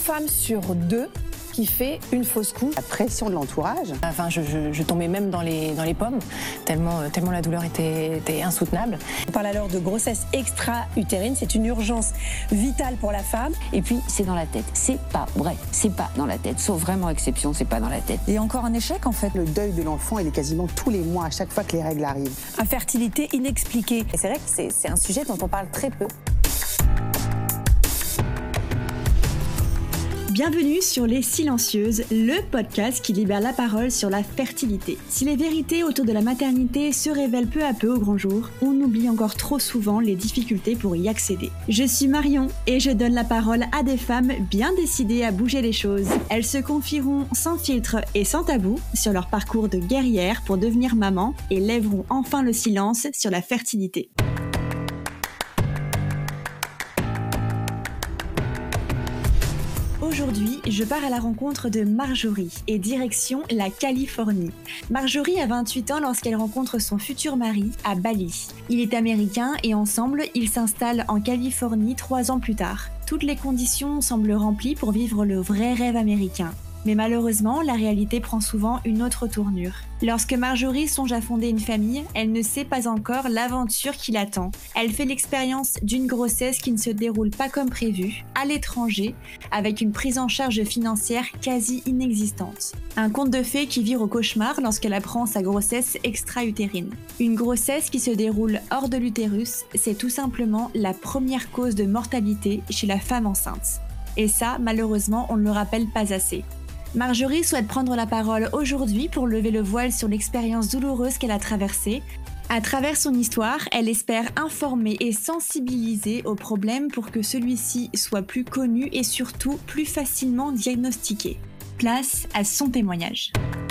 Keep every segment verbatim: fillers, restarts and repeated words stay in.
femme sur deux qui fait une fausse couche. La pression de l'entourage. Enfin, je, je, je tombais même dans les, dans les pommes, tellement, tellement la douleur était, était insoutenable. On parle alors de grossesse extra-utérine, c'est une urgence vitale pour la femme. Et puis, c'est dans la tête. C'est pas vrai, c'est pas dans la tête. Sauf vraiment exception, c'est pas dans la tête. Et encore un échec, en fait. Le deuil de l'enfant, il est quasiment tous les mois, à chaque fois que les règles arrivent. Infertilité inexpliquée. Et c'est vrai que c'est, c'est un sujet dont on parle très peu. Bienvenue sur Les Silencieuses, le podcast qui libère la parole sur la fertilité. Si les vérités autour de la maternité se révèlent peu à peu au grand jour, on oublie encore trop souvent les difficultés pour y accéder. Je suis Marion et je donne la parole à des femmes bien décidées à bouger les choses. Elles se confieront sans filtre et sans tabou sur leur parcours de guerrière pour devenir maman et lèveront enfin le silence sur la fertilité. Aujourd'hui, je pars à la rencontre de Marjorie et direction la Californie. Marjorie a vingt-huit ans lorsqu'elle rencontre son futur mari à Bali. Il est américain et ensemble, ils s'installent en Californie trois ans plus tard. Toutes les conditions semblent remplies pour vivre le vrai rêve américain. Mais malheureusement, la réalité prend souvent une autre tournure. Lorsque Marjorie songe à fonder une famille, elle ne sait pas encore l'aventure qui l'attend. Elle fait l'expérience d'une grossesse qui ne se déroule pas comme prévu, à l'étranger, avec une prise en charge financière quasi inexistante. Un conte de fées qui vire au cauchemar lorsqu'elle apprend sa grossesse extra-utérine. Une grossesse qui se déroule hors de l'utérus, c'est tout simplement la première cause de mortalité chez la femme enceinte. Et ça, malheureusement, on ne le rappelle pas assez. Marjorie souhaite prendre la parole aujourd'hui pour lever le voile sur l'expérience douloureuse qu'elle a traversée. À travers son histoire, elle espère informer et sensibiliser au problème pour que celui-ci soit plus connu et surtout plus facilement diagnostiqué. Place à son témoignage.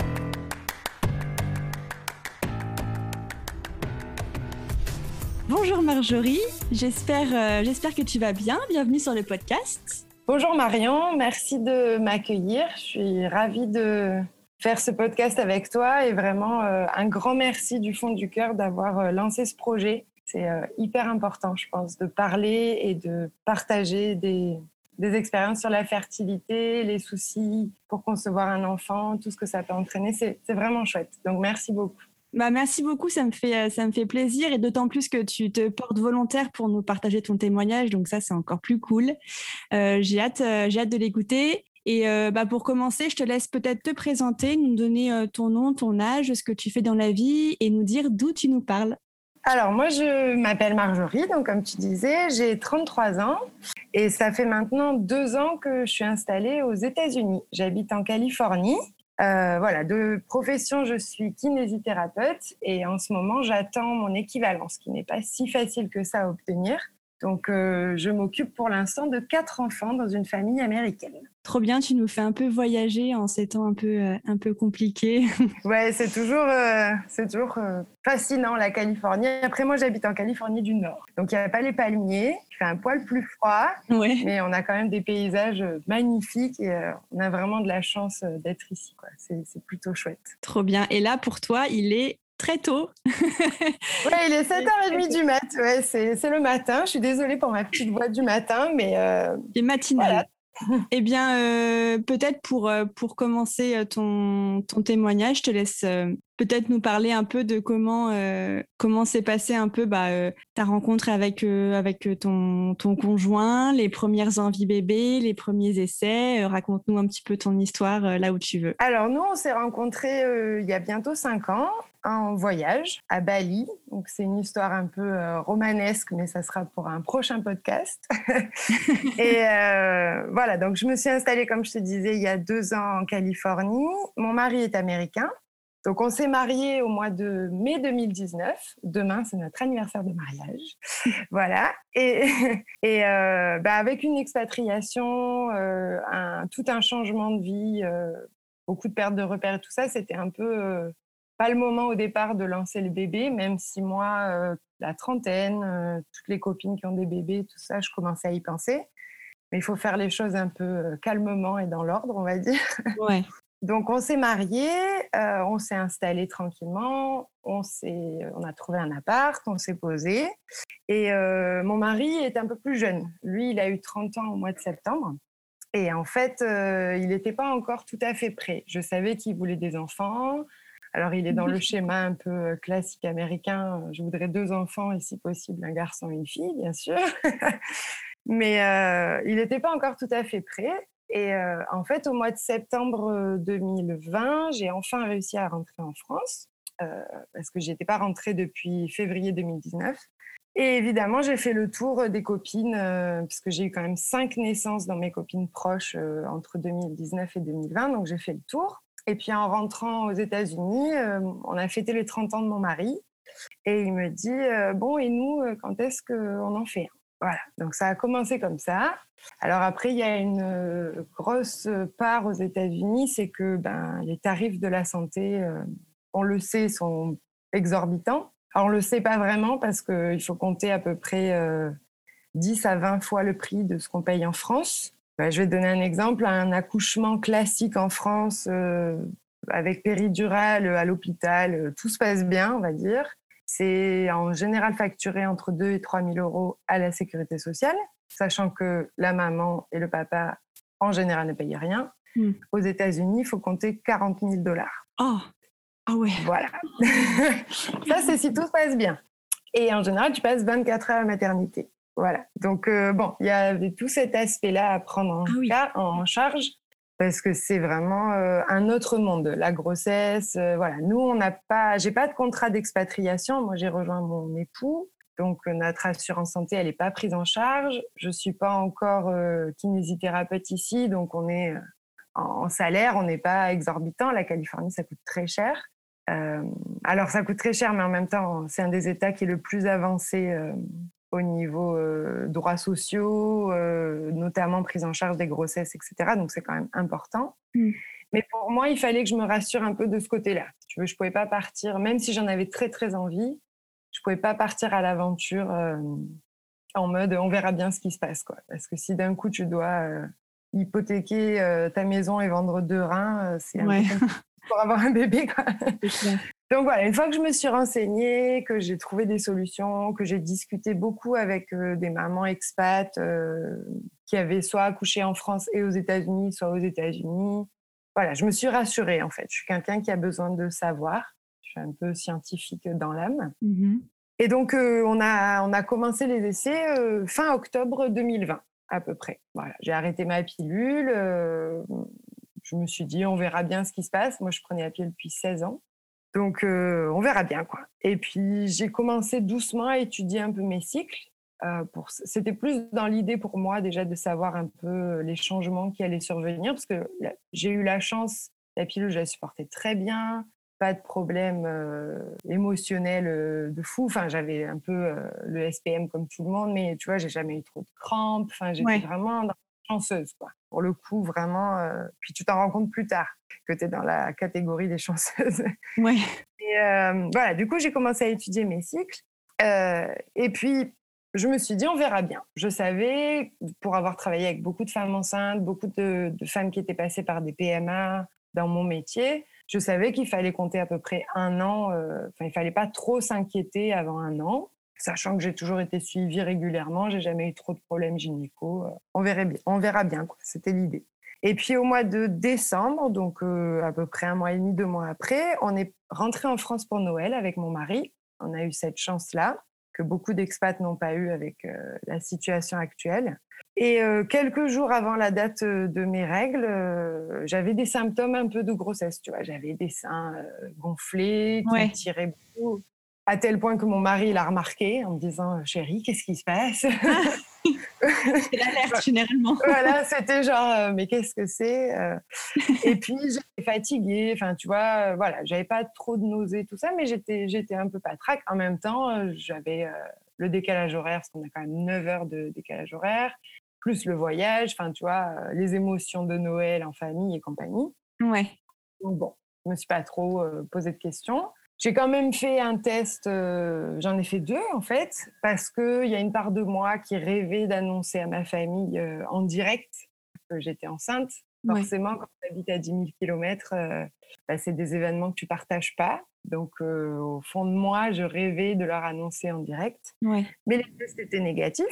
Bonjour Marjorie, j'espère, euh, j'espère que tu vas bien. Bienvenue sur le podcast. Bonjour Marion, merci de m'accueillir. Je suis ravie de faire ce podcast avec toi et vraiment euh, un grand merci du fond du cœur d'avoir euh, lancé ce projet. C'est euh, hyper important, je pense, de parler et de partager des, des expériences sur la fertilité, les soucis pour concevoir un enfant, tout ce que ça peut entraîner. C'est, c'est vraiment chouette. Donc merci beaucoup. Bah merci beaucoup, ça me fait ça me fait plaisir et d'autant plus que tu te portes volontaire pour nous partager ton témoignage, donc ça c'est encore plus cool. Euh, j'ai hâte euh, j'ai hâte de l'écouter. Et euh, bah pour commencer, je te laisse peut-être te présenter, nous donner euh, ton nom, ton âge, ce que tu fais dans la vie et nous dire d'où tu nous parles. Alors moi je m'appelle Marjorie, donc comme tu disais, j'ai trente-trois ans et ça fait maintenant deux ans que je suis installée aux États-Unis. J'habite en Californie. Euh, voilà, de profession, je suis kinésithérapeute et en ce moment, j'attends mon équivalence, qui n'est pas si facile que ça à obtenir. Donc, euh, je m'occupe pour l'instant de quatre enfants dans une famille américaine. Trop bien, tu nous fais un peu voyager en ces temps un peu, euh, un peu compliqués. Ouais, c'est toujours, euh, c'est toujours euh, fascinant, la Californie. Après, moi, j'habite en Californie du Nord. Donc, il n'y a pas les palmiers, il fait un poil plus froid, ouais. Mais on a quand même des paysages magnifiques et euh, on a vraiment de la chance d'être ici, quoi. C'est, c'est plutôt chouette. Trop bien. Et là, pour toi, il est très tôt. Ouais, il est sept heures trente du mat. Ouais, c'est, c'est le matin. Je suis désolée pour ma petite voix du matin, mais... Euh, c'est matinal. Voilà. Eh bien, euh, peut-être pour, euh, pour commencer ton, ton témoignage, je te laisse euh, peut-être nous parler un peu de comment, euh, comment s'est passée un peu bah, euh, ta rencontre avec, euh, avec ton, ton conjoint, les premières envies bébés, les premiers essais. Euh, raconte-nous un petit peu ton histoire euh, là où tu veux. Alors, nous, on s'est rencontrés euh, il y a bientôt cinq ans en voyage à Bali. Donc, c'est une histoire un peu euh, romanesque, mais ça sera pour un prochain podcast. Et euh, voilà, donc je me suis installée, comme je te disais, il y a deux ans en Californie. Mon mari est américain. Donc, on s'est mariés au mois de mai deux mille dix-neuf. Demain, c'est notre anniversaire de mariage. Voilà. Et, et euh, bah, avec une expatriation, euh, un, tout un changement de vie, euh, beaucoup de pertes de repères et tout ça, c'était un peu... Euh, pas le moment au départ de lancer le bébé, même si moi, euh, la trentaine, euh, toutes les copines qui ont des bébés, tout ça, je commençais à y penser. Mais il faut faire les choses un peu euh, calmement et dans l'ordre, on va dire. Ouais. Donc, on s'est mariés, euh, on s'est installés tranquillement, on, s'est, on a trouvé un appart, on s'est posé. Et euh, mon mari est un peu plus jeune. Lui, il a eu trente ans au mois de septembre. Et en fait, euh, il n'était pas encore tout à fait prêt. Je savais qu'il voulait des enfants. Alors, il est dans le schéma un peu classique américain. Je voudrais deux enfants et si possible, un garçon et une fille, bien sûr. Mais euh, il n'était pas encore tout à fait prêt. Et euh, en fait, au mois de septembre deux mille vingt, j'ai enfin réussi à rentrer en France euh, parce que je n'étais pas rentrée depuis février deux mille dix-neuf. Et évidemment, j'ai fait le tour des copines, euh, puisque j'ai eu quand même cinq naissances dans mes copines proches euh, entre deux mille dix-neuf et deux mille vingt, donc j'ai fait le tour. Et puis en rentrant aux États-Unis, euh, on a fêté les trente ans de mon mari, et il me dit euh, « Bon, et nous, quand est-ce qu'on en fait ?» Voilà, donc ça a commencé comme ça. Alors après, il y a une euh, grosse part aux États-Unis, c'est que ben, les tarifs de la santé, euh, on le sait, sont exorbitants. Alors, on ne le sait pas vraiment parce qu'il faut compter à peu près euh, dix à vingt fois le prix de ce qu'on paye en France. Ben, je vais te donner un exemple. Un accouchement classique en France euh, avec péridurale à l'hôpital, euh, tout se passe bien, on va dire. C'est en général facturé entre deux et trois mille euros à la sécurité sociale, sachant que la maman et le papa, en général, ne payent rien. Mm. Aux États-Unis, il faut compter quarante mille dollars. Oh. Ah ouais. Voilà. Ça, c'est si tout se passe bien. Et en général, tu passes vingt-quatre heures à la maternité. Voilà. Donc, euh, bon, il y avait tout cet aspect-là à prendre en, ah oui. cas, en charge parce que c'est vraiment euh, un autre monde. La grossesse, euh, voilà. Nous, on n'a pas... J'ai pas de contrat d'expatriation. Moi, j'ai rejoint mon époux. Donc, euh, notre assurance santé, elle n'est pas prise en charge. Je ne suis pas encore euh, kinésithérapeute ici. Donc, on est... Euh, en salaire, on n'est pas exorbitant. La Californie, ça coûte très cher. Euh, alors, ça coûte très cher, mais en même temps, c'est un des États qui est le plus avancé euh, au niveau euh, droits sociaux, euh, notamment prise en charge des grossesses, et cetera. Donc, c'est quand même important. Mm. Mais pour moi, il fallait que je me rassure un peu de ce côté-là. Tu veux, je ne pouvais pas partir, même si j'en avais très, très envie, je ne pouvais pas partir à l'aventure euh, en mode « on verra bien ce qui se passe ». Quoi. Parce que si d'un coup, tu dois euh, hypothéquer euh, ta maison et vendre deux reins, euh, c'est un ouais. peu compliqué pour avoir un bébé, quoi. Donc voilà, une fois que je me suis renseignée, que j'ai trouvé des solutions, que j'ai discuté beaucoup avec euh, des mamans expats euh, qui avaient soit accouché en France et aux États-Unis, soit aux États-Unis, voilà, je me suis rassurée en fait. Je suis quelqu'un qui a besoin de savoir. Je suis un peu scientifique dans l'âme. Mm-hmm. Et donc euh, on a on a commencé les essais euh, fin octobre deux mille vingt à peu près. Voilà, j'ai arrêté ma pilule. Euh, Je me suis dit, on verra bien ce qui se passe. Moi, je prenais la pilule depuis seize ans. Donc, euh, on verra bien, quoi. Et puis, j'ai commencé doucement à étudier un peu mes cycles. Euh, pour... C'était plus dans l'idée pour moi, déjà, de savoir un peu les changements qui allaient survenir. Parce que là, j'ai eu la chance, la pilule, je la supportais très bien. Pas de problème euh, émotionnel euh, de fou. Enfin, j'avais un peu euh, le S P M comme tout le monde. Mais tu vois, j'ai jamais eu trop de crampes. Enfin, j'étais ouais. vraiment... Dans... chanceuse, quoi. Pour le coup, vraiment, euh, puis tu t'en rends compte plus tard que tu es dans la catégorie des chanceuses. Ouais. Et euh, voilà, du coup, j'ai commencé à étudier mes cycles. Euh, et puis, je me suis dit, on verra bien. Je savais, pour avoir travaillé avec beaucoup de femmes enceintes, beaucoup de, de femmes qui étaient passées par des P M A dans mon métier, je savais qu'il fallait compter à peu près un an. Euh, enfin, il ne fallait pas trop s'inquiéter avant un an. Sachant que j'ai toujours été suivie régulièrement, j'ai jamais eu trop de problèmes gynéco. On verra bien, on verra bien quoi. C'était l'idée. Et puis au mois de décembre, donc euh, à peu près un mois et demi, deux mois après, on est rentré en France pour Noël avec mon mari. On a eu cette chance-là que beaucoup d'expats n'ont pas eu avec euh, la situation actuelle. Et euh, quelques jours avant la date de mes règles, euh, j'avais des symptômes un peu de grossesse. Tu vois, j'avais des seins euh, gonflés, qui ouais. tiraient beaucoup. À tel point que mon mari l'a remarqué en me disant « Chérie, qu'est-ce qui se passe ?» C'est l'alerte généralement. Voilà, c'était genre euh, « Mais qu'est-ce que c'est ?» euh, Et puis, j'étais fatiguée. Enfin, tu vois, euh, voilà, j'avais pas trop de nausées, tout ça, mais j'étais, j'étais un peu patraque. En même temps, euh, j'avais euh, le décalage horaire, parce qu'on a quand même neuf heures de décalage horaire, plus le voyage, enfin, tu vois, euh, les émotions de Noël en famille et compagnie. Ouais. Donc bon, je me suis pas trop euh, posé de questions. J'ai quand même fait un test, euh, j'en ai fait deux en fait, parce qu'il y a une part de moi qui rêvait d'annoncer à ma famille euh, en direct que j'étais enceinte. Ouais. Forcément, quand tu habites à dix mille kilomètres, euh, bah, c'est des événements que tu ne partages pas. Donc, euh, au fond de moi, je rêvais de leur annoncer en direct. Ouais. Mais les tests étaient négatifs.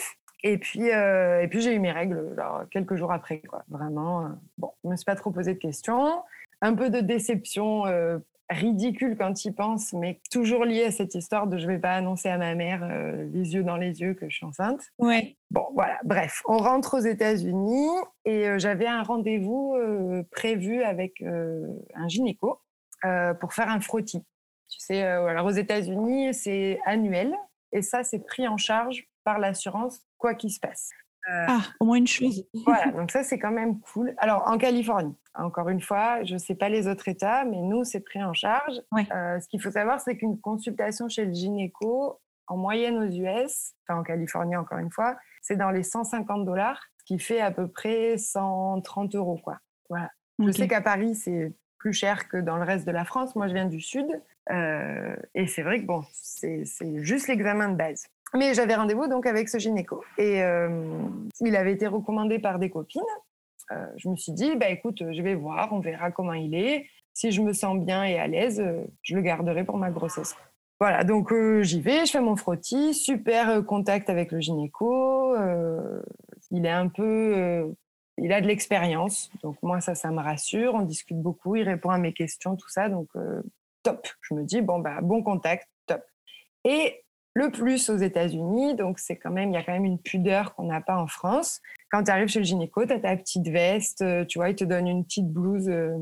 Et puis, euh, et puis j'ai eu mes règles alors, quelques jours après, quoi. Vraiment, euh, bon, je ne me suis pas trop posé de questions. Un peu de déception euh, ridicule quand tu y penses, mais toujours liée à cette histoire de je ne vais pas annoncer à ma mère euh, les yeux dans les yeux que je suis enceinte. Ouais. Bon, voilà, bref, on rentre aux États-Unis et euh, j'avais un rendez-vous euh, prévu avec euh, un gynéco euh, pour faire un frottis. Tu sais, euh, alors aux États-Unis, c'est annuel et ça, c'est pris en charge par l'assurance, quoi qu'il se passe. Euh, ah, au moins une chose. Voilà, donc ça, c'est quand même cool. Alors, en Californie, encore une fois, je ne sais pas les autres États, mais nous, c'est pris en charge. Ouais. Euh, ce qu'il faut savoir, c'est qu'une consultation chez le gynéco, en moyenne aux U S, enfin en Californie, encore une fois, c'est dans les cent cinquante dollars, ce qui fait à peu près cent trente euros, quoi. Voilà. Okay. Je sais qu'à Paris, c'est plus cher que dans le reste de la France. Moi, je viens du Sud. Euh, et c'est vrai que bon, c'est, c'est juste l'examen de base. Mais j'avais rendez-vous donc avec ce gynéco. Et euh, il avait été recommandé par des copines. Euh, je me suis dit, bah, écoute, je vais voir, on verra comment il est. Si je me sens bien et à l'aise, euh, je le garderai pour ma grossesse. Voilà, donc euh, j'y vais, je fais mon frottis, super euh, contact avec le gynéco. Euh, il est un peu... Euh, il a de l'expérience, donc moi, ça, ça me rassure. On discute beaucoup, il répond à mes questions, tout ça, donc euh, top. Je me dis, bon, bah, bon contact, top. Et le plus aux États-Unis, donc c'est quand même, il y a quand même une pudeur qu'on n'a pas en France. Quand tu arrives chez le gynéco, tu as ta petite veste, tu vois, ils te donnent une petite blouse euh,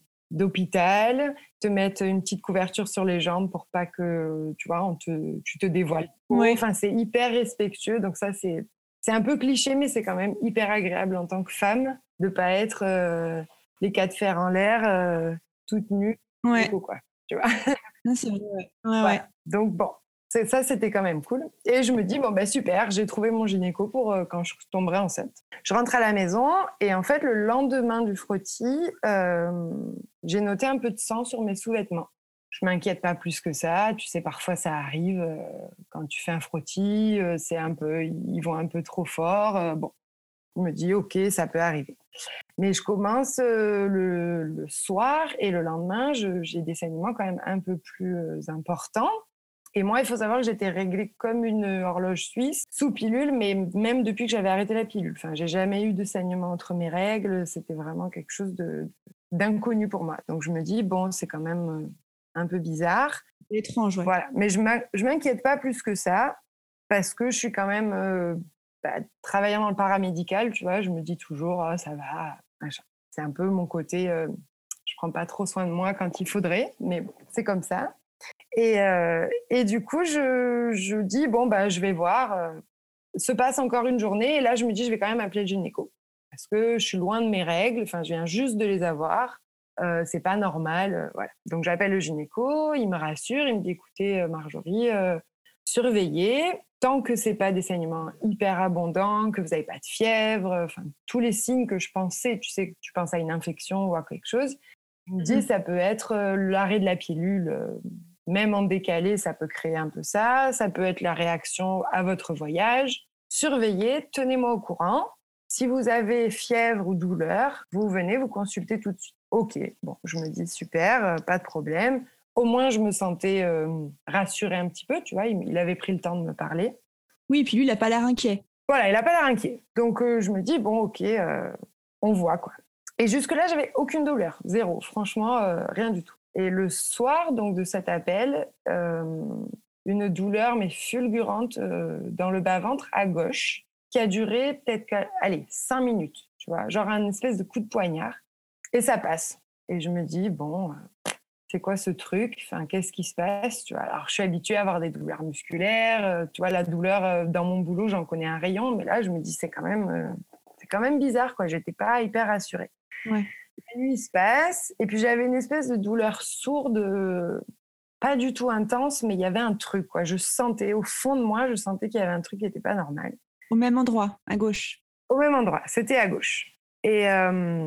d'hôpital, te mettent une petite couverture sur les jambes pour pas que, tu vois, on te, tu te dévoiles. Ouais. Enfin, c'est hyper respectueux, donc ça, c'est, c'est un peu cliché, mais c'est quand même hyper agréable en tant que femme de pas être euh, les quatre fers en l'air, euh, toute nue, ouais. Gynéco, quoi, tu vois. Non, c'est vrai, ouais. Ouais, voilà. ouais. Donc bon. C'est, ça, c'était quand même cool. Et je me dis, bon, bah, super, j'ai trouvé mon gynéco pour euh, quand je tomberai enceinte. Je rentre à la maison et en fait, le lendemain du frottis, euh, j'ai noté un peu de sang sur mes sous-vêtements. Je m'inquiète pas plus que ça. Tu sais, parfois, ça arrive euh, quand tu fais un frottis, euh, c'est un peu, ils vont un peu trop fort. Euh, bon, je me dis, OK, ça peut arriver. Mais je commence euh, le, le soir et le lendemain, je, j'ai des saignements quand même un peu plus euh, importants. Et moi, il faut savoir que j'étais réglée comme une horloge suisse, sous pilule, mais même depuis que j'avais arrêté la pilule. Enfin, j'ai jamais eu de saignement entre mes règles. C'était vraiment quelque chose de, d'inconnu pour moi. Donc, je me dis, bon, c'est quand même un peu bizarre. C'est étrange, ouais. Voilà. Mais je ne m'inquiète pas plus que ça, parce que je suis quand même, euh, bah, travaillant dans le paramédical, tu vois, je me dis toujours, oh, ça va, machin. C'est un peu mon côté, euh, je ne prends pas trop soin de moi quand il faudrait, mais bon, c'est comme ça. Et, euh, et du coup, je, je dis, bon, bah, je vais voir. Euh, se passe encore une journée. Et là, je me dis, je vais quand même appeler le gynéco. Parce que je suis loin de mes règles. Enfin, je viens juste de les avoir. Euh, c'est pas normal. Euh, voilà. Donc, j'appelle le gynéco. Il me rassure. Il me dit, écoutez, euh, Marjorie, euh, surveillez. Tant que c'est pas des saignements hyper abondants, que vous n'avez pas de fièvre, enfin, tous les signes que je pensais, tu sais, que tu penses à une infection ou à quelque chose. Il me dit, mmh. ça peut être euh, l'arrêt de la pilule. Euh, Même en décalé, ça peut créer un peu ça. Ça peut être la réaction à votre voyage. Surveillez, tenez-moi au courant. Si vous avez fièvre ou douleur, vous venez vous consulter tout de suite. OK, bon, je me dis super, euh, pas de problème. Au moins, je me sentais euh, rassurée un petit peu, tu vois. Il, il avait pris le temps de me parler. Oui, puis lui, il n'a pas l'air inquiet. Voilà, il n'a pas l'air inquiet. Donc, euh, je me dis, bon, OK, euh, on voit, quoi. Et jusque-là, j'avais aucune douleur, zéro. Franchement, euh, rien du tout. Et le soir donc, de cet appel, euh, une douleur mais fulgurante euh, dans le bas-ventre à gauche qui a duré peut-être, allez, cinq minutes, tu vois, genre un espèce de coup de poignard. Et ça passe. Et je me dis, bon, euh, c'est quoi ce truc ? Enfin, qu'est-ce qui se passe ? Tu vois, alors, je suis habituée à avoir des douleurs musculaires. Euh, tu vois, la douleur euh, dans mon boulot, j'en connais un rayon. Mais là, je me dis, c'est quand même, euh, c'est quand même bizarre, quoi. J'étais pas hyper rassurée. Ouais. La nuit se passe, et puis j'avais une espèce de douleur sourde, pas du tout intense, mais il y avait un truc, quoi. Je sentais, au fond de moi, je sentais qu'il y avait un truc qui n'était pas normal. Au même endroit, à gauche. Au même endroit, c'était à gauche. Et, euh,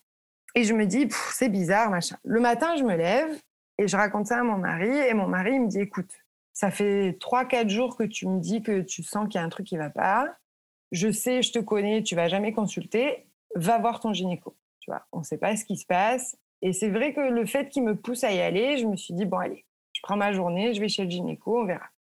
et je me dis, c'est bizarre, machin. Le matin, je me lève, et je raconte ça à mon mari, et mon mari, il me dit, écoute, ça fait trois quatre jours que tu me dis que tu sens qu'il y a un truc qui ne va pas. Je sais, je te connais, tu ne vas jamais consulter. Va voir ton gynéco. Tu vois, on ne sait pas ce qui se passe. Et c'est vrai que le fait qu'il me pousse à y aller, je me suis dit, bon, allez, je prends ma journée, je vais chez le gynéco, on verra.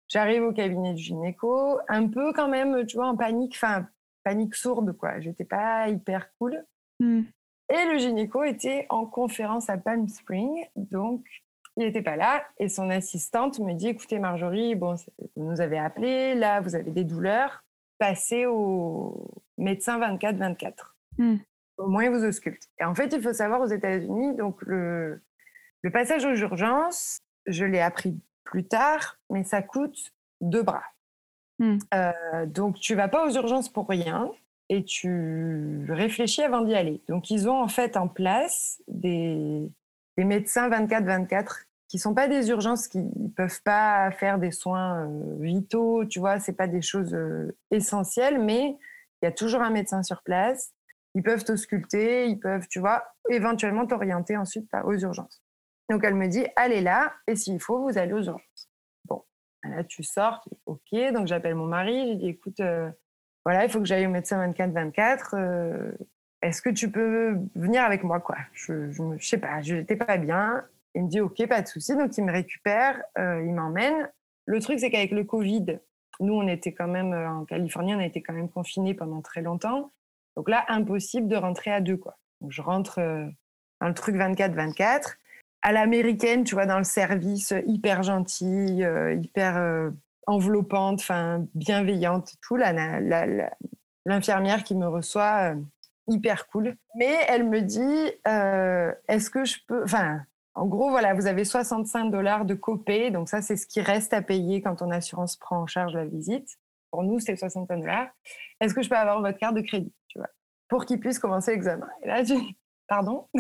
J'arrive au cabinet du gynéco, un peu quand même, tu vois, en panique, enfin, panique sourde, quoi. J'étais pas hyper cool. Mm. Et le gynéco était en conférence à Palm Springs, donc il n'était pas là. Et son assistante me dit, écoutez Marjorie, bon, vous nous avez appelé, là vous avez des douleurs, passez au médecin vingt-quatre vingt-quatre. Mm. Au moins il vous ausculte. Et en fait, il faut savoir aux États-Unis, donc le, le passage aux urgences, je l'ai appris plus tard, mais ça coûte deux bras. Mm. Euh, donc tu vas pas aux urgences pour rien. Et tu réfléchis avant d'y aller. Donc, ils ont en fait en place des, des médecins vingt-quatre vingt-quatre qui ne sont pas des urgences, qui ne peuvent pas faire des soins euh, vitaux, tu vois, ce n'est pas des choses euh, essentielles, mais il y a toujours un médecin sur place. Ils peuvent t'ausculter, ils peuvent, tu vois, éventuellement t'orienter ensuite aux urgences. Donc, elle me dit, allez là, et s'il faut, vous allez aux urgences. Bon, là, tu sors, tu dis, OK, donc j'appelle mon mari, je dis, écoute... Euh, Voilà, il faut que j'aille au médecin vingt-quatre vingt-quatre. Euh, est-ce que tu peux venir avec moi, quoi ? Je, je, je sais pas, je n'étais pas bien. Il me dit OK, pas de souci. Donc il me récupère, euh, il m'emmène. Le truc, c'est qu'avec le Covid, nous, on était quand même en Californie, on a été quand même confinés pendant très longtemps. Donc là, impossible de rentrer à deux, quoi. Donc je rentre euh, dans le truc vingt-quatre vingt-quatre à l'américaine, tu vois, dans le service, hyper gentil, euh, hyper euh, enveloppante, enfin bienveillante, tout. La, la, la, l'infirmière qui me reçoit, euh, hyper cool. Mais elle me dit, euh, est-ce que je peux... Enfin, en gros, voilà, vous avez soixante-cinq dollars de copay, donc ça, c'est ce qui reste à payer quand ton assurance prend en charge la visite. Pour nous, c'est soixante-cinq dollars. Est-ce que je peux avoir votre carte de crédit, tu vois, pour qu'il puisse commencer l'examen? Et là, je dis, pardon.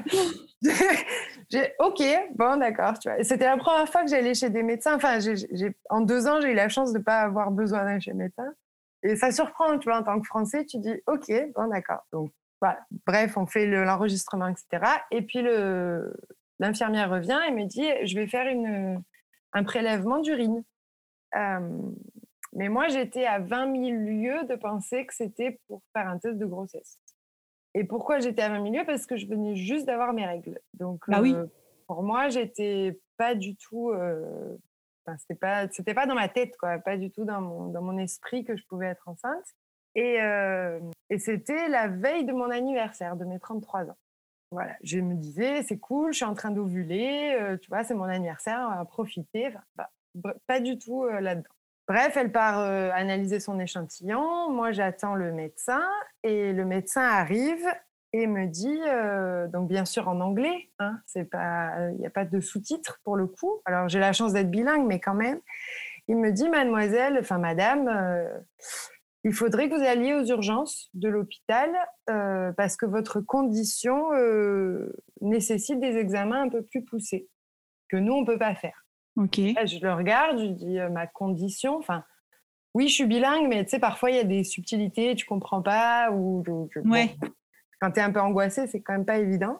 J'ai, OK, bon, d'accord. Tu vois. Et c'était la première fois que j'allais chez des médecins. Enfin, j'ai, j'ai, en deux ans, j'ai eu la chance de ne pas avoir besoin d'aller chez le médecin. Et ça surprend, tu vois, en tant que Français, tu dis, OK, bon, d'accord. Donc, voilà. Bref, on fait le, l'enregistrement, et cetera. Et puis, le, l'infirmière revient et me dit, je vais faire une, un prélèvement d'urine. Euh, mais moi, j'étais à vingt mille lieues de penser que c'était pour faire un test de grossesse. Et pourquoi j'étais à vingt mille lieues ? Parce que je venais juste d'avoir mes règles. Donc, bah oui. euh, pour moi, j'étais pas du tout... Euh, enfin, c'était pas, c'était pas dans ma tête, quoi. Pas du tout dans mon, dans mon esprit que je pouvais être enceinte. Et, euh, et c'était la veille de mon anniversaire, de mes trente-trois ans. Voilà, je me disais, c'est cool, je suis en train d'ovuler, euh, tu vois, c'est mon anniversaire, on va profiter. Enfin, bah, pas du tout euh, là-dedans. Bref, elle part euh, analyser son échantillon. Moi, j'attends le médecin et le médecin arrive et me dit, euh, donc bien sûr en anglais, hein, c'est pas, il n'y a pas de sous-titres pour le coup. Alors, j'ai la chance d'être bilingue, mais quand même. Il me dit, mademoiselle, enfin madame, euh, il faudrait que vous alliez aux urgences de l'hôpital euh, parce que votre condition euh, nécessite des examens un peu plus poussés que nous, on ne peut pas faire. Okay. Là, je le regarde, je dis euh, ma condition. Enfin, oui, je suis bilingue, mais tu sais, parfois, il y a des subtilités, tu ne comprends pas. Ou, ou, ou ouais. bon, quand tu es un peu angoissée, c'est quand même pas évident.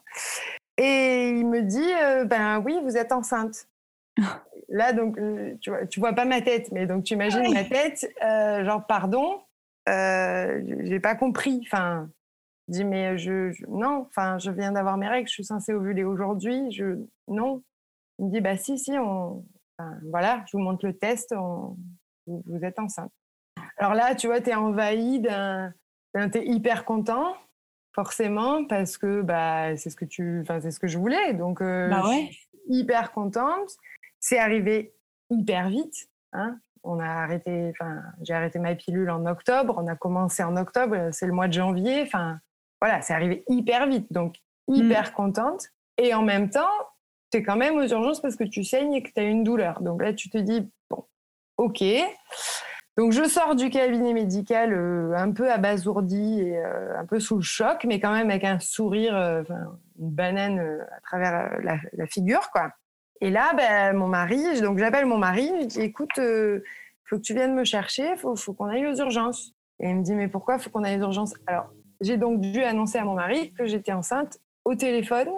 Et il me dit, euh, ben oui, vous êtes enceinte. Là, donc, euh, tu vois, tu vois pas ma tête, mais donc tu imagines ouais. ma tête, euh, genre, pardon, euh, j'ai pas compris. Enfin, je dis, mais je, je non, enfin, je viens d'avoir mes règles, je suis censée ovuler aujourd'hui. Je, non. Il me dit, bah si, si, on, enfin, voilà, je vous montre le test, on, vous, vous êtes enceinte. Alors là, tu vois, t'es envahi d'un, d'un t'es hyper content, forcément, parce que bah, c'est ce que tu, enfin, c'est ce que je voulais. Donc, euh, bah ouais. je suis hyper contente. C'est arrivé hyper vite. Hein. On a arrêté, enfin, j'ai arrêté ma pilule en octobre. On a commencé en octobre. C'est le mois de janvier. Enfin, voilà, c'est arrivé hyper vite. Donc, hyper mmh. contente. Et en même temps, tu es quand même aux urgences parce que tu saignes et que tu as une douleur. Donc là, tu te dis, bon, OK. Donc, je sors du cabinet médical euh, un peu abasourdi et euh, un peu sous le choc, mais quand même avec un sourire, euh, une banane euh, à travers la, la figure, quoi. Et là, ben, mon mari, donc j'appelle mon mari, je lui dis, écoute, il euh, faut que tu viennes me chercher, il faut, faut qu'on aille aux urgences. Et il me dit, mais pourquoi il faut qu'on aille aux urgences ? Alors, j'ai donc dû annoncer à mon mari que j'étais enceinte au téléphone.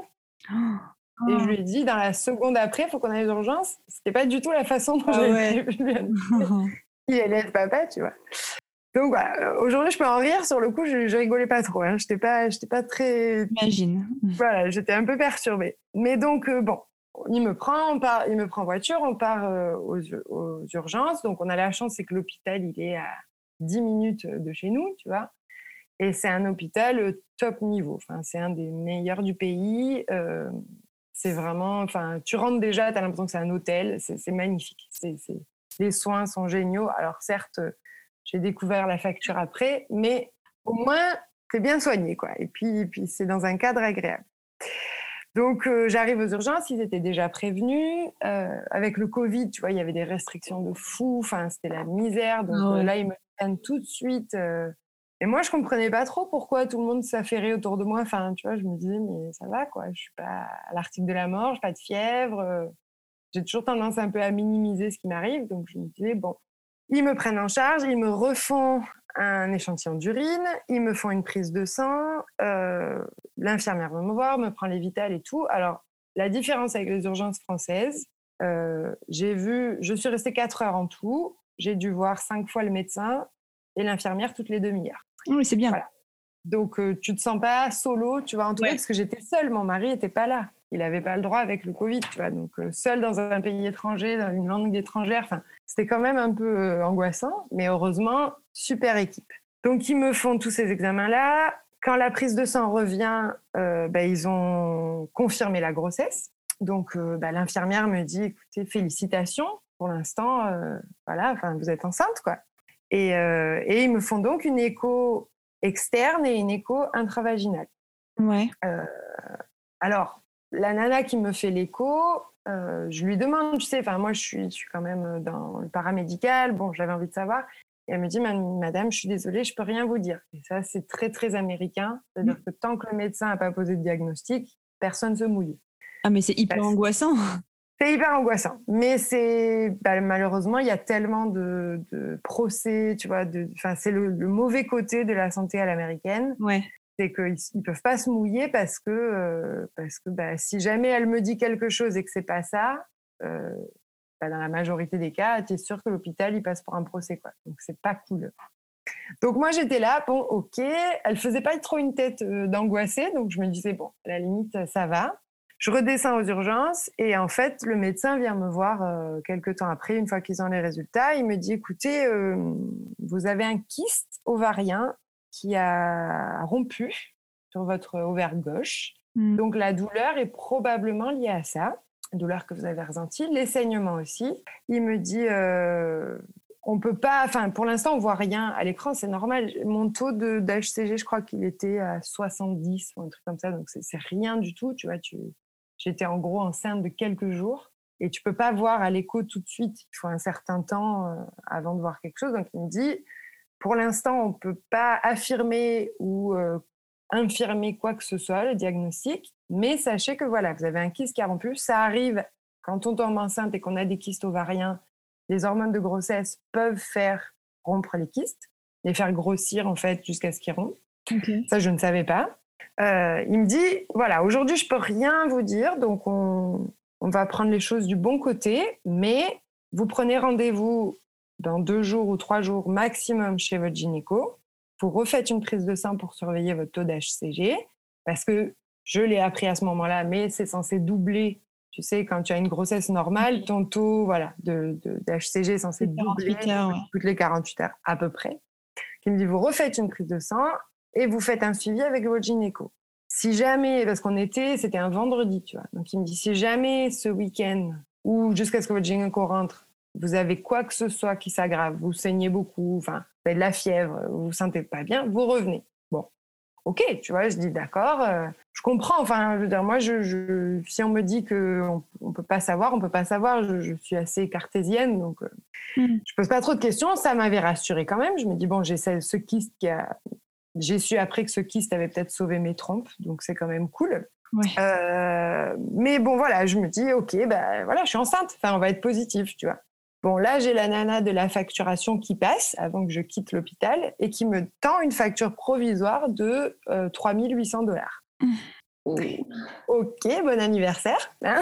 Oh. Et je lui ai dit, dans la seconde après, il faut qu'on aille aux urgences. C'était pas du tout la façon dont ah j'avais ouais. prévu lui annoncer. Il allait être papa, tu vois. Donc voilà, aujourd'hui, je peux en rire. Sur le coup, je, je rigolais pas trop. Hein. J'étais pas, j'étais pas très... J'imagine. Voilà, j'étais un peu perturbée. Mais donc, euh, bon, il me prend, on part, il me prend en voiture, on part euh, aux, aux urgences. Donc, on a la chance, c'est que l'hôpital, il est à dix minutes de chez nous, tu vois. Et c'est un hôpital top niveau. Enfin, c'est un des meilleurs du pays. Euh, c'est vraiment... Enfin, tu rentres déjà, tu as l'impression que c'est un hôtel. C'est, c'est magnifique. C'est, c'est, les soins sont géniaux. Alors, certes, j'ai découvert la facture après, mais au moins, t'es bien soigné, quoi. Et puis, et puis c'est dans un cadre agréable. Donc, euh, j'arrive aux urgences. Ils étaient déjà prévenus. Euh, avec le Covid, tu vois, il y avait des restrictions de fou. Enfin, c'était la misère. Donc, oh ouais. euh, là, ils me prennent tout de suite... Euh, Et moi, je comprenais pas trop pourquoi tout le monde s'affairait autour de moi. Enfin, tu vois, je me disais, mais ça va, quoi. Je suis pas à l'article de la mort, j'ai pas de fièvre. J'ai toujours tendance un peu à minimiser ce qui m'arrive. Donc, je me disais, bon, ils me prennent en charge, ils me refont un échantillon d'urine, ils me font une prise de sang, euh, l'infirmière va me voir, me prend les vitales et tout. Alors, la différence avec les urgences françaises, euh, j'ai vu, je suis restée quatre heures en tout. J'ai dû voir cinq fois le médecin et l'infirmière toutes les demi-heures. Oui, c'est bien. Voilà. Donc, euh, tu ne te sens pas solo, tu vois, entourée, ouais. Parce que j'étais seule. Mon mari n'était pas là. Il n'avait pas le droit avec le Covid, tu vois. Donc, euh, seule dans un pays étranger, dans une langue étrangère, enfin, c'était quand même un peu euh, angoissant. Mais heureusement, super équipe. Donc, ils me font tous ces examens-là. Quand la prise de sang revient, euh, bah, ils ont confirmé la grossesse. Donc, euh, bah, l'infirmière me dit, écoutez, félicitations. Pour l'instant, euh, voilà, enfin, vous êtes enceinte, quoi. Et, euh, et ils me font donc une écho externe et une écho intravaginale. Ouais. Euh, alors, la nana qui me fait l'écho, euh, je lui demande, tu sais, enfin moi je suis, je suis quand même dans le paramédical, bon, j'avais envie de savoir. Et elle me dit, madame, je suis désolée, je peux rien vous dire. Et ça, c'est très, très américain. C'est-à-dire mmh. que tant que le médecin n'a pas posé de diagnostic, personne ne se mouille. Ah, mais c'est hyper Parce... angoissant. C'est hyper angoissant, mais c'est bah, malheureusement il y a tellement de, de procès, tu vois, de, enfin c'est le, le mauvais côté de la santé à l'américaine. Ouais. C'est qu'ils ils peuvent pas se mouiller parce que euh, parce que bah, si jamais elle me dit quelque chose et que c'est pas ça, euh, bah, dans la majorité des cas, tu es sûr que l'hôpital il passe pour un procès, quoi. Donc c'est pas cool. Donc moi j'étais là, bon ok, elle faisait pas trop une tête euh, d'angoissée, donc je me disais bon à la limite ça va. Je redescends aux urgences et en fait, le médecin vient me voir euh, quelques temps après, une fois qu'ils ont les résultats. Il me dit, écoutez, euh, vous avez un kyste ovarien qui a rompu sur votre ovaire gauche. Mmh. Donc, la douleur est probablement liée à ça, la douleur que vous avez ressentie, les saignements aussi. Il me dit, euh, on peut pas, enfin, pour l'instant, on voit rien à l'écran, c'est normal. Mon taux de, d'H C G, je crois qu'il était à soixante-dix ou un truc comme ça, donc c'est, c'est rien du tout, tu vois, tu... J'étais en gros enceinte de quelques jours et tu peux pas voir à l'écho tout de suite. Il faut un certain temps euh, avant de voir quelque chose. Donc, il me dit, pour l'instant, on peut pas affirmer ou euh, infirmer quoi que ce soit, le diagnostic, mais sachez que voilà, vous avez un kyste qui a rompu. Ça arrive quand on tombe enceinte et qu'on a des kystes ovariens. Les hormones de grossesse peuvent faire rompre les kystes, les faire grossir en fait jusqu'à ce qu'ils rompent. Okay. Ça, je ne savais pas. Euh, il me dit, voilà, aujourd'hui, je peux rien vous dire, donc on, on va prendre les choses du bon côté, mais vous prenez rendez-vous dans deux jours ou trois jours maximum chez votre gynéco. Vous refaites une prise de sang pour surveiller votre taux d'H C G, parce que je l'ai appris à ce moment-là, mais c'est censé doubler. Tu sais, quand tu as une grossesse normale, ton taux voilà, de, de, d'H C G est censé doubler heures, ouais. toutes les quarante-huit heures à peu près. Il me dit, vous refaites une prise de sang et vous faites un suivi avec votre gynéco. Si jamais, parce qu'on était, c'était un vendredi, tu vois. Donc, il me dit, si jamais ce week-end ou jusqu'à ce que votre gynéco rentre, vous avez quoi que ce soit qui s'aggrave, vous saignez beaucoup, enfin, vous avez de la fièvre, vous vous sentez pas bien, vous revenez. Bon, ok, tu vois, je dis d'accord, euh, je comprends. Enfin, je veux dire, moi, je, je, si on me dit qu'on on peut pas savoir, on peut pas savoir. Je, je suis assez cartésienne, donc euh, mmh. je pose pas trop de questions. Ça m'avait rassurée quand même. Je me dis, bon, j'ai ce, ce kyste qui a... J'ai su après que ce kyste avait peut-être sauvé mes trompes, donc c'est quand même cool. Ouais. Euh, mais bon, voilà, je me dis, ok, ben voilà, je suis enceinte. Enfin, on va être positif, tu vois. Bon, là, j'ai la nana de la facturation qui passe avant que je quitte l'hôpital et qui me tend une facture provisoire de euh, trois mille huit cents dollars. Oh. Ok, bon anniversaire. Hein.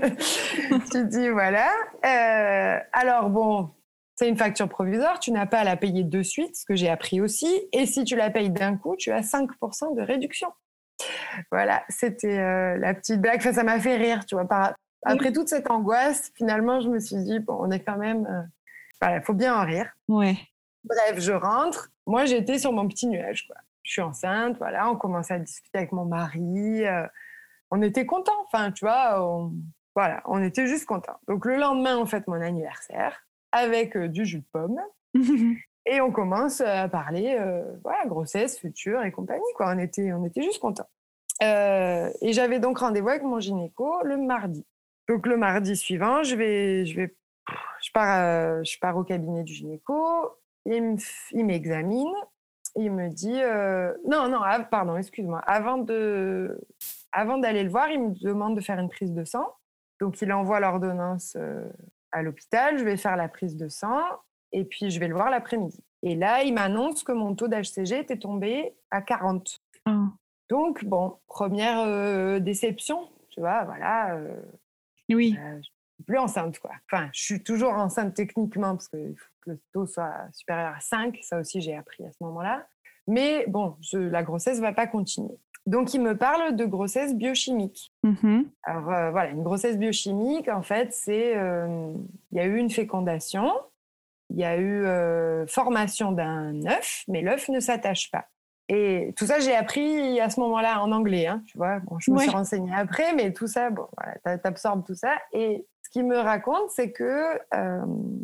Tu dis, voilà. Euh, alors, bon... C'est une facture provisoire, tu n'as pas à la payer de suite, ce que j'ai appris aussi. Et si tu la payes d'un coup, tu as cinq pour cent de réduction. Voilà, c'était euh, la petite blague. Enfin, ça m'a fait rire, tu vois. Par... Après toute cette angoisse, finalement, je me suis dit, bon, on est quand même... Euh, voilà, il faut bien en rire. Ouais. Bref, je rentre. Moi, j'étais sur mon petit nuage, quoi. Je suis enceinte, voilà. On commençait à discuter avec mon mari. Euh, on était contents. Enfin, tu vois, on, voilà, on était juste contents. Donc, le lendemain, on fête mon anniversaire avec euh, du jus de pomme. Et on commence à parler, euh, voilà, grossesse, futur et compagnie, quoi. On était, on était juste contents. Euh, et j'avais donc rendez-vous avec mon gynéco le mardi. Donc, le mardi suivant, je vais... Je vais Je pars, euh, je pars au cabinet du gynéco, il, il m'examine, il me dit... Euh, non, non, ah, pardon, excuse-moi. Avant, de, avant d'aller le voir, il me demande de faire une prise de sang. Donc, il envoie l'ordonnance euh, à l'hôpital, je vais faire la prise de sang et puis je vais le voir l'après-midi. Et là, il m'annonce que mon taux d'H C G était tombé à quarante. Oh. Donc, bon, première euh, déception, tu vois, voilà. Euh, oui. Euh, plus enceinte, quoi. Enfin, je suis toujours enceinte techniquement parce qu'il faut que le taux soit supérieur à cinq. Ça aussi, j'ai appris à ce moment-là. Mais bon, je, la grossesse ne va pas continuer. Donc, il me parle de grossesse biochimique. Mm-hmm. Alors, euh, voilà, une grossesse biochimique, en fait, c'est... Il euh, y a eu une fécondation, il y a eu euh, formation d'un œuf, mais l'œuf ne s'attache pas. Et tout ça, j'ai appris à ce moment-là en anglais, hein, tu vois. Bon, je me ouais. suis renseignée après, mais tout ça, bon, voilà, t'absorbes tout ça. Et ce qu'il me raconte, c'est que euh,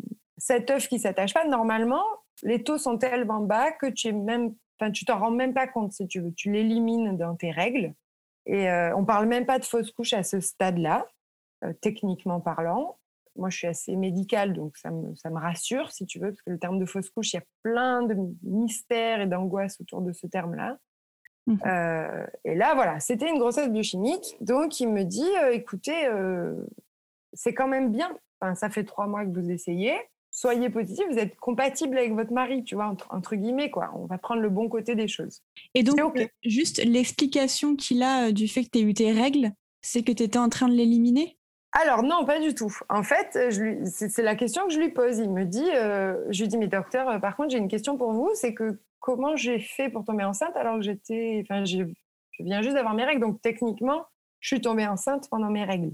cet œuf qui ne s'attache pas, normalement, les taux sont tellement bas que tu es même, enfin, tu t'en rends même pas compte, si tu veux. Tu l'élimines dans tes règles. Et euh, on ne parle même pas de fausse couche à ce stade-là, euh, techniquement parlant. Moi, je suis assez médicale, donc ça me, ça me rassure, si tu veux, parce que le terme de fausse couche, il y a plein de mystères et d'angoisses autour de ce terme-là. Mmh. Euh, et là, voilà, c'était une grossesse biochimique. Donc, il me dit, euh, écoutez, euh, c'est quand même bien. Enfin, ça fait trois mois que vous essayez. Soyez positif, vous êtes compatible avec votre mari, tu vois, entre, entre guillemets, quoi. On va prendre le bon côté des choses. Et donc, okay. juste l'explication qu'il a du fait que tu aies eu tes règles, c'est que tu étais en train de l'éliminer ? Alors non, pas du tout. En fait, je lui, c'est, c'est la question que je lui pose. Il me dit, euh, je lui dis, mais docteur, euh, par contre, j'ai une question pour vous, c'est que comment j'ai fait pour tomber enceinte alors que j'étais, enfin, j'ai, je viens juste d'avoir mes règles, donc techniquement, je suis tombée enceinte pendant mes règles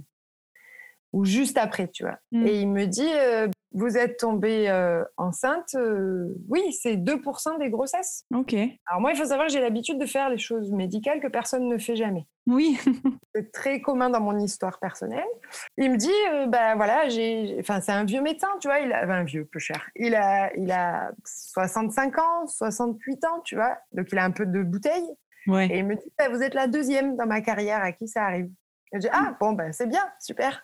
ou juste après, tu vois. Mm. Et il me dit, euh, vous êtes tombée euh, enceinte, euh, oui, c'est deux pour cent des grossesses. Ok. Alors moi, il faut savoir que j'ai l'habitude de faire les choses médicales que personne ne fait jamais. Oui. C'est très commun dans mon histoire personnelle. Il me dit, euh, bah voilà, j'ai, enfin c'est un vieux médecin, tu vois, il a, enfin, un vieux, peu cher. Il a, il a soixante-cinq ans, soixante-huit ans, tu vois, donc il a un peu de bouteille. Ouais. Et il me dit, bah, vous êtes la deuxième dans ma carrière à qui ça arrive. Et je dis, ah bon, ben bah, c'est bien, super.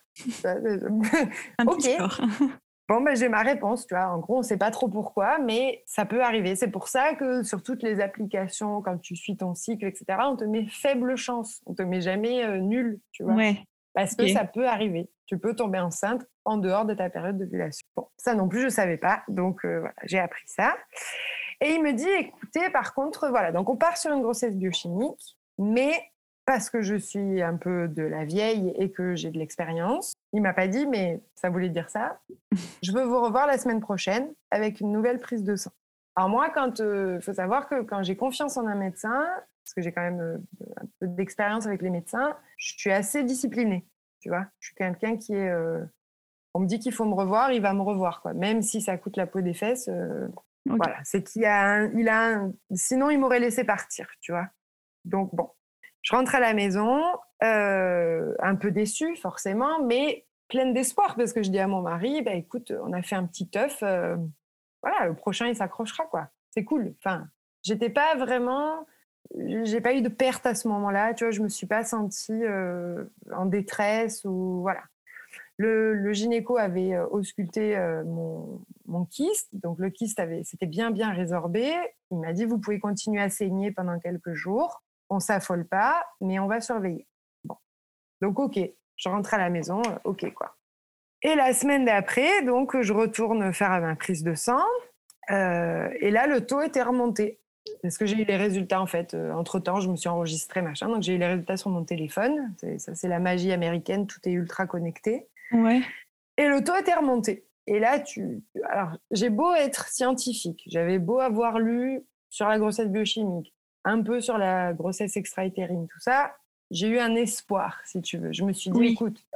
Un ok. petit score. Bon, ben, j'ai ma réponse, tu vois. En gros, on ne sait pas trop pourquoi, mais ça peut arriver. C'est pour ça que sur toutes les applications, quand tu suis ton cycle, et cetera, on te met faible chance. On ne te met jamais euh, nul, tu vois. Ouais. Parce okay. que ça peut arriver. Tu peux tomber enceinte en dehors de ta période d'ovulation. Bon, ça non plus, je ne savais pas. Donc, euh, voilà, j'ai appris ça. Et il me dit, écoutez, par contre, voilà. Donc, on part sur une grossesse biochimique, mais parce que je suis un peu de la vieille et que j'ai de l'expérience. Il ne m'a pas dit, mais ça voulait dire ça. Je veux vous revoir la semaine prochaine avec une nouvelle prise de sang. Alors moi, il euh, faut savoir que quand j'ai confiance en un médecin, parce que j'ai quand même euh, un peu d'expérience avec les médecins, je suis assez disciplinée, tu vois. Je suis quelqu'un qui est... Euh, on me dit qu'il faut me revoir, il va me revoir, quoi. Même si ça coûte la peau des fesses, euh, okay. Voilà. C'est qu'il a un, il a un, sinon, il m'aurait laissé partir, tu vois. Donc, bon. Je rentre à la maison, euh, un peu déçue forcément, mais pleine d'espoir parce que je dis à mon mari, bah, écoute, on a fait un petit œuf, euh, voilà, le prochain il s'accrochera, quoi. C'est cool. Enfin, j'étais pas vraiment, j'ai pas eu de perte à ce moment-là, tu vois, je me suis pas sentie euh, en détresse ou voilà. Le, le gynéco avait euh, ausculté euh, mon, mon kyste, donc le kyste avait, c'était bien bien résorbé. Il m'a dit, vous pouvez continuer à saigner pendant quelques jours. On ne s'affole pas, mais on va surveiller. Bon. Donc, OK, je rentre à la maison, OK, quoi. Et la semaine d'après, donc, je retourne faire ma prise de sang. Euh, et là, le taux était remonté. Parce que j'ai eu les résultats, en fait. Euh, entre-temps, je me suis enregistrée, machin. Donc, j'ai eu les résultats sur mon téléphone. C'est, ça, c'est la magie américaine. Tout est ultra connecté. Ouais. Et le taux était remonté. Et là, tu... Alors, j'ai beau être scientifique. J'avais beau avoir lu sur la grossesse biochimique, un peu sur la grossesse extra-utérine, tout ça, j'ai eu un espoir, si tu veux. Je me suis dit, oui. écoute, euh,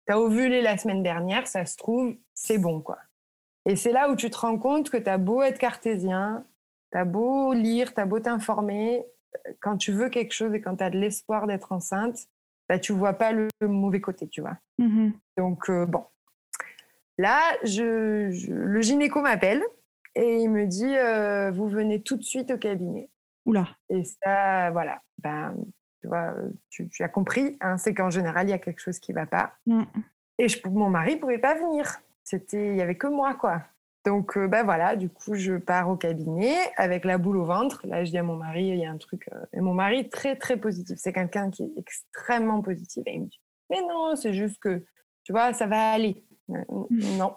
t'as ovulé la semaine dernière, ça se trouve, c'est bon, quoi. Et c'est là où tu te rends compte que t'as beau être cartésien, t'as beau lire, t'as beau t'informer, quand tu veux quelque chose et quand t'as de l'espoir d'être enceinte, bah, tu vois pas le, le mauvais côté, tu vois. Mhm. Donc, euh, bon. Là, je, je, le gynéco m'appelle et il me dit euh, « Vous venez tout de suite au cabinet ». Oula. Et ça, voilà, ben, tu vois, tu, tu as compris, hein, c'est qu'en général, il y a quelque chose qui ne va pas. Mm. Et je, mon mari ne pouvait pas venir. C'était, il n'y avait que moi, quoi. Donc, euh, ben voilà, du coup, je pars au cabinet avec la boule au ventre. Là, je dis à mon mari, il y a un truc... Euh, et mon mari, très, très positif. C'est quelqu'un qui est extrêmement positif. Et il me dit, mais non, c'est juste que, tu vois, ça va aller. Euh, non.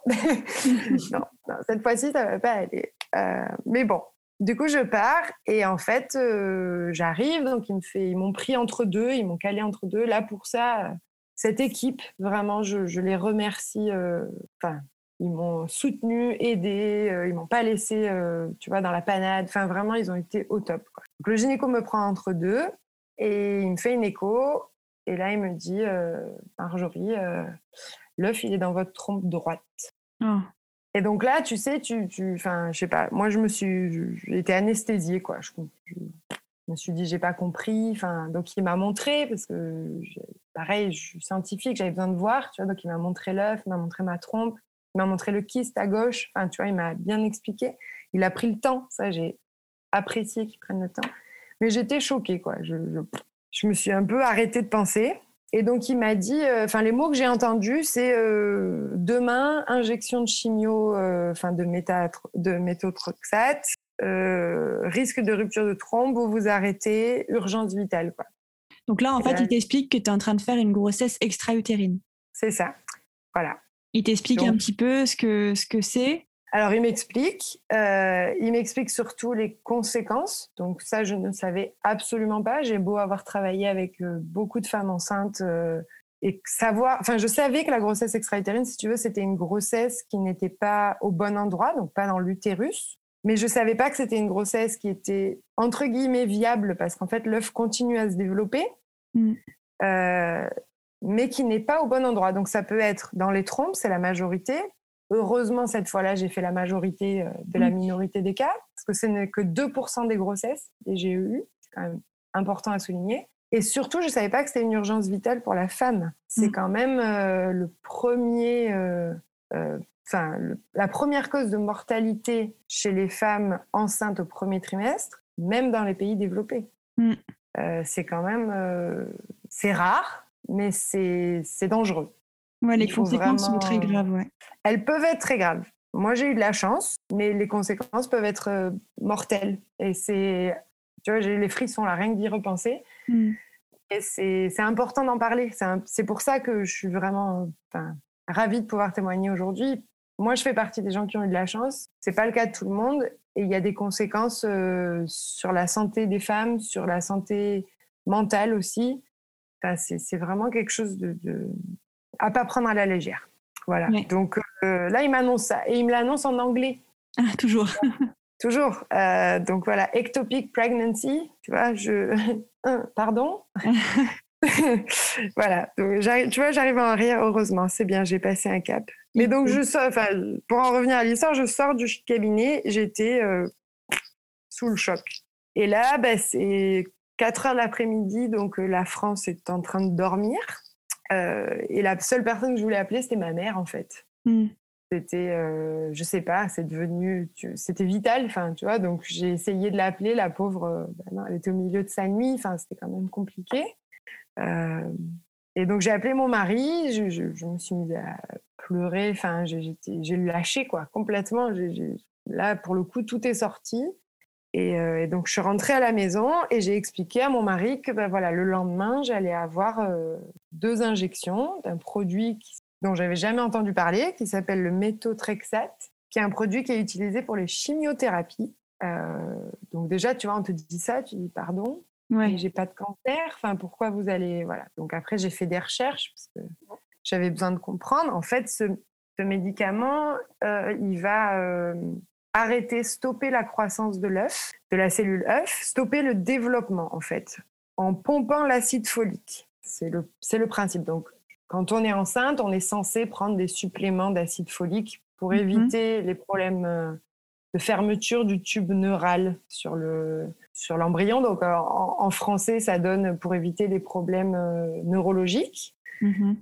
non. Non, cette fois-ci, ça ne va pas aller. Euh, mais bon. Du coup, je pars et en fait, euh, j'arrive. Donc, ils, me fait, ils m'ont pris entre deux, ils m'ont calé entre deux. Là, pour ça, euh, cette équipe, vraiment, je, je les remercie. Euh, ils m'ont soutenu, aidé. Euh, ils m'ont pas laissé, euh, tu vois, dans la panade. Enfin, vraiment, ils ont été au top, quoi. Donc, le gynéco me prend entre deux et il me fait une écho. Et là, il me dit, euh, Marjorie, euh, l'œuf, il est dans votre trompe droite. Oh. Et donc là, tu sais, tu, tu, enfin, je sais pas. Moi, je me suis, j'ai été anesthésiée, quoi. Je, je, je me suis dit, j'ai pas compris. Enfin, donc il m'a montré parce que, pareil, je suis scientifique, j'avais besoin de voir, tu vois. Donc il m'a montré l'œuf, il m'a montré ma trompe, il m'a montré le kyste à gauche. Enfin, tu vois, il m'a bien expliqué. Il a pris le temps. Ça, j'ai apprécié qu'il prenne le temps. Mais j'étais choquée, quoi. Je, je, je me suis un peu arrêtée de penser. Et donc, il m'a dit... Enfin, euh, les mots que j'ai entendus, c'est euh, demain, injection de chimio, enfin, euh, de, métatro- de méthotrexate, euh, risque de rupture de trompe, vous vous arrêtez, urgence vitale, quoi. Donc là, en et fait, là, il t'explique que tu es en train de faire une grossesse extra-utérine. C'est ça, voilà. Il t'explique donc un petit peu ce que, ce que c'est. Alors, il m'explique. Euh, il m'explique surtout les conséquences. Donc, ça, je ne savais absolument pas. J'ai beau avoir travaillé avec euh, beaucoup de femmes enceintes euh, et savoir... Enfin, je savais que la grossesse extra-utérine, si tu veux, c'était une grossesse qui n'était pas au bon endroit, donc pas dans l'utérus. Mais je ne savais pas que c'était une grossesse qui était, entre guillemets, viable, parce qu'en fait, l'œuf continue à se développer, mm. euh, mais qui n'est pas au bon endroit. Donc, ça peut être dans les trompes, c'est la majorité. Heureusement, cette fois-là, j'ai fait la majorité de la minorité des cas, parce que ce n'est que deux pour cent des grossesses des G E U. C'est quand même important à souligner. Et surtout, je ne savais pas que c'était une urgence vitale pour la femme. C'est mmh. quand même euh, le premier, euh, euh, enfin, le, la première cause de mortalité chez les femmes enceintes au premier trimestre, même dans les pays développés. Mmh. Euh, c'est quand même... Euh, c'est rare, mais c'est, c'est dangereux. Ouais, les conséquences vraiment... sont très graves, ouais. Elles peuvent être très graves. Moi, j'ai eu de la chance, mais les conséquences peuvent être euh, mortelles. Et c'est, tu vois, j'ai les frissons là, rien que d'y repenser. Mm. Et c'est, c'est important d'en parler. C'est, un, c'est pour ça que je suis vraiment enfin, ravie de pouvoir témoigner aujourd'hui. Moi, je fais partie des gens qui ont eu de la chance. C'est pas le cas de tout le monde. Et il y a des conséquences euh, sur la santé des femmes, sur la santé mentale aussi. Enfin, c'est, c'est vraiment quelque chose de... de... à pas prendre à la légère. Voilà. Ouais. Donc euh, là, il m'annonce ça. Et il me l'annonce en anglais. Ah, toujours. toujours. Euh, donc voilà, ectopic pregnancy. Tu vois, je... Pardon. Voilà. Donc, tu vois, j'arrive à en rire, heureusement. C'est bien, j'ai passé un cap. Mais donc, je sors, enfin, pour en revenir à l'histoire, je sors du cabinet. J'étais euh, sous le choc. Et là, bah, c'est quatre heures de l'après-midi. Donc, euh, la France est en train de dormir. Euh, et la seule personne que je voulais appeler, c'était ma mère, en fait. Mm. C'était, euh, je sais pas, c'est devenu, tu, c'était vital, enfin, tu vois. Donc j'ai essayé de l'appeler, la pauvre. Euh, ben non, elle était au milieu de sa nuit, enfin, c'était quand même compliqué. Euh, et donc j'ai appelé mon mari, je, je, je me suis mise à pleurer, enfin, j'ai, j'étais, j'ai lâché quoi, complètement. J'ai, j'ai, là, pour le coup, tout est sorti. Et, euh, et donc, je suis rentrée à la maison et j'ai expliqué à mon mari que ben, voilà, le lendemain, j'allais avoir euh, deux injections d'un produit qui, dont je n'avais jamais entendu parler, qui s'appelle le méthotrexate, qui est un produit qui est utilisé pour les chimiothérapies. Euh, donc déjà, tu vois, on te dit ça, tu dis pardon, ouais. J'ai pas de cancer, enfin, pourquoi vous allez... Voilà. Donc après, j'ai fait des recherches parce que j'avais besoin de comprendre. En fait, ce, ce médicament, euh, il va... Euh, arrêter, stopper la croissance de l'œuf, de la cellule œuf, stopper le développement, en fait, en pompant l'acide folique. C'est le, c'est le principe. Donc, quand on est enceinte, on est censé prendre des suppléments d'acide folique pour éviter mmh. les problèmes de fermeture du tube neural sur, le, sur l'embryon. Donc, en, en français, ça donne pour éviter les problèmes neurologiques. Mmh.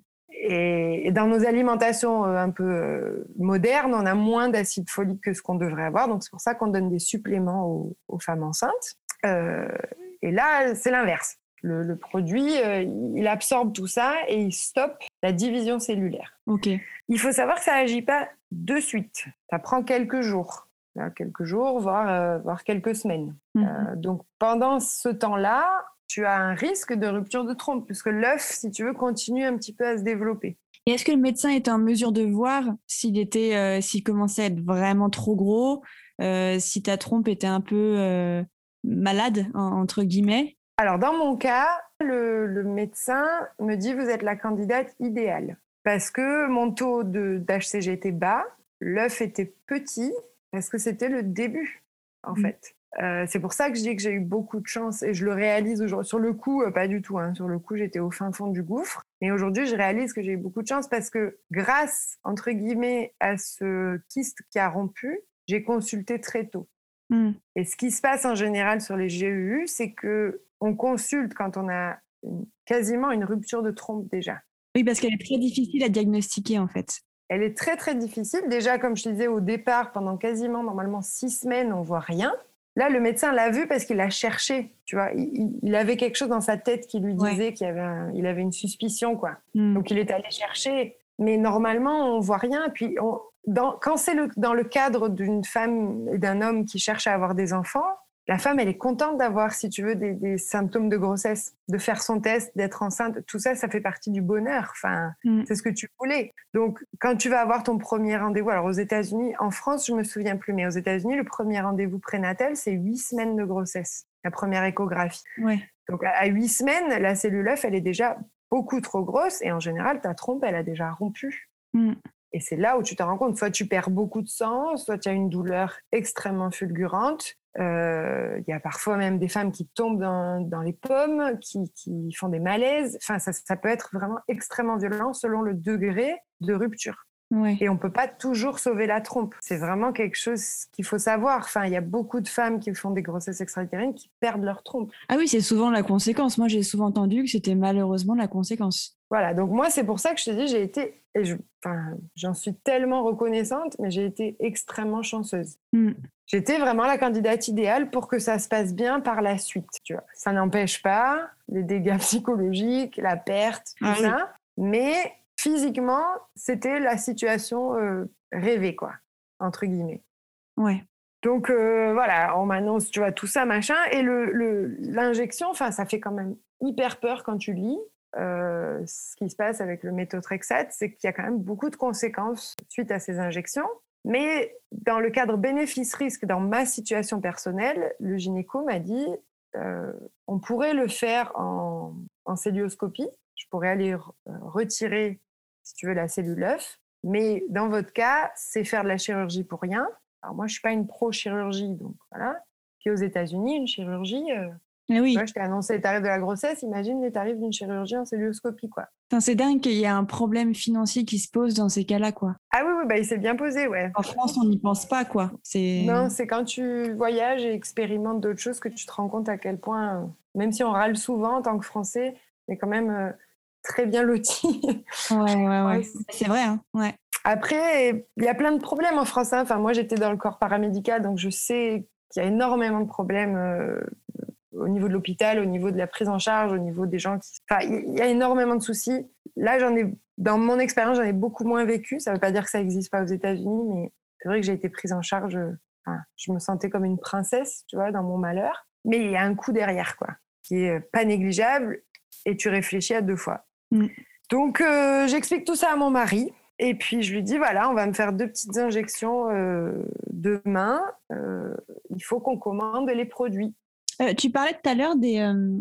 Et, et dans nos alimentations un peu modernes, on a moins d'acide folique que ce qu'on devrait avoir. Donc, c'est pour ça qu'on donne des suppléments aux, aux femmes enceintes. Euh, et là, c'est l'inverse. Le, le produit, euh, il absorbe tout ça et il stoppe la division cellulaire. Okay. Il faut savoir que ça n'agit pas de suite. Ça prend quelques jours, là, quelques jours, voire, euh, voire quelques semaines. Mm-hmm. Euh, donc, pendant ce temps-là, tu as un risque de rupture de trompe, puisque l'œuf, si tu veux, continue un petit peu à se développer. Et est-ce que le médecin était en mesure de voir s'il, était, euh, s'il commençait à être vraiment trop gros, euh, si ta trompe était un peu euh, malade, en, entre guillemets? Alors, dans mon cas, le, le médecin me dit « vous êtes la candidate idéale ». Parce que mon taux de, d'H C G était bas, l'œuf était petit, parce que c'était le début, en mmh. fait. Euh, c'est pour ça que je dis que j'ai eu beaucoup de chance et je le réalise aujourd'hui. Sur le coup, euh, pas du tout. Hein. Sur le coup, j'étais au fin fond du gouffre. Mais aujourd'hui, je réalise que j'ai eu beaucoup de chance parce que grâce, entre guillemets, à ce kyste qui a rompu, j'ai consulté très tôt. Mm. Et ce qui se passe en général sur les G E U, c'est qu'on consulte quand on a une, quasiment une rupture de trompe déjà. Oui, parce qu'elle est très difficile à diagnostiquer en fait. Elle est très très difficile. Déjà, comme je te disais au départ, pendant quasiment normalement six semaines, on voit rien. Là, le médecin l'a vu parce qu'il l'a cherché, tu vois. Il, il avait quelque chose dans sa tête qui lui disait ouais. qu'il avait, un, il avait une suspicion, quoi. Mm. Donc, il est allé chercher. Mais normalement, on voit rien. Puis, on, dans, quand c'est le, dans le cadre d'une femme et d'un homme qui cherchent à avoir des enfants, la femme, elle est contente d'avoir, si tu veux, des, des symptômes de grossesse, de faire son test, d'être enceinte. Tout ça, ça fait partie du bonheur. Enfin, mm. c'est ce que tu voulais. Donc, quand tu vas avoir ton premier rendez-vous, alors aux États-Unis, en France, je me souviens plus, mais aux États-Unis, le premier rendez-vous prénatal, c'est huit semaines de grossesse, la première échographie. Ouais. Donc, à huit semaines, la cellule œuf, elle est déjà beaucoup trop grosse et en général, ta trompe, elle a déjà rompu. Mm. Et c'est là où tu te rends compte, soit tu perds beaucoup de sang, soit tu as une douleur extrêmement fulgurante. Il euh, y a parfois même des femmes qui tombent dans, dans les pommes, qui, qui font des malaises. Enfin, ça, ça peut être vraiment extrêmement violent selon le degré de rupture. Ouais. Et on ne peut pas toujours sauver la trompe. C'est vraiment quelque chose qu'il faut savoir. Enfin, il y a beaucoup de femmes qui font des grossesses extra-utérines qui perdent leur trompe. Ah oui, c'est souvent la conséquence. Moi, j'ai souvent entendu que c'était malheureusement la conséquence. Voilà, donc moi, c'est pour ça que je te dis, j'ai été, et je, enfin, j'en suis tellement reconnaissante, mais j'ai été extrêmement chanceuse. Mm. J'étais vraiment la candidate idéale pour que ça se passe bien par la suite. Tu vois. Ça n'empêche pas les dégâts psychologiques, la perte, tout ah, ça, oui. Mais physiquement, c'était la situation euh, rêvée, quoi, entre guillemets. Ouais. Donc euh, voilà, on m'annonce, tu vois, tout ça, machin, et le, le, l'injection, enfin, ça fait quand même hyper peur quand tu lis. Euh, ce qui se passe avec le méthotrexate, c'est qu'il y a quand même beaucoup de conséquences suite à ces injections. Mais dans le cadre bénéfice-risque, dans ma situation personnelle, le gynéco m'a dit euh, on pourrait le faire en, en célioscopie. Je pourrais aller re- retirer, si tu veux, la cellule œuf. Mais dans votre cas, c'est faire de la chirurgie pour rien. Alors moi, je ne suis pas une pro-chirurgie, donc voilà. Puis aux États-Unis, une chirurgie... Euh, Mais oui. Moi, je t'ai annoncé les tarifs de la grossesse, imagine les tarifs d'une chirurgie en célioscopie, quoi. Enfin, c'est dingue qu'il y a un problème financier qui se pose dans ces cas-là, quoi. Ah oui, oui, bah, il s'est bien posé, ouais. En France, on n'y pense pas, quoi. C'est... Non, c'est quand tu voyages et expérimentes d'autres choses que tu te rends compte à quel point, même si on râle souvent en tant que Français, on est quand même euh, très bien lotis. Ouais, ouais, ouais. ouais c'est... c'est vrai, hein. Ouais. Après, il y a plein de problèmes en France. Hein. Enfin, moi, j'étais dans le corps paramédical, donc je sais qu'il y a énormément de problèmes... Euh, au niveau de l'hôpital, au niveau de la prise en charge, au niveau des gens qui... Enfin, il y a énormément de soucis. Là, j'en ai, dans mon expérience, j'en ai beaucoup moins vécu. Ça ne veut pas dire que ça n'existe pas aux États-Unis, mais c'est vrai que j'ai été prise en charge... Enfin, je me sentais comme une princesse, tu vois, dans mon malheur. Mais il y a un coup derrière, quoi, qui est pas négligeable, et tu réfléchis à deux fois. Mm. Donc, euh, j'explique tout ça à mon mari, et puis je lui dis, voilà, on va me faire deux petites injections euh, demain. Euh, il faut qu'on commande les produits. Euh, tu parlais tout à l'heure des, euh,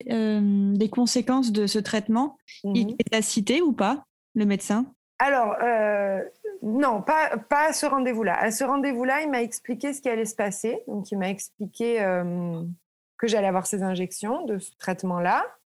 euh, des conséquences de ce traitement. Mm-hmm. Il t'a cité ou pas, le médecin ? Alors, euh, non, pas, pas à ce rendez-vous-là. À ce rendez-vous-là, il m'a expliqué ce qui allait se passer. Donc, il m'a expliqué euh, que j'allais avoir ces injections de ce traitement-là,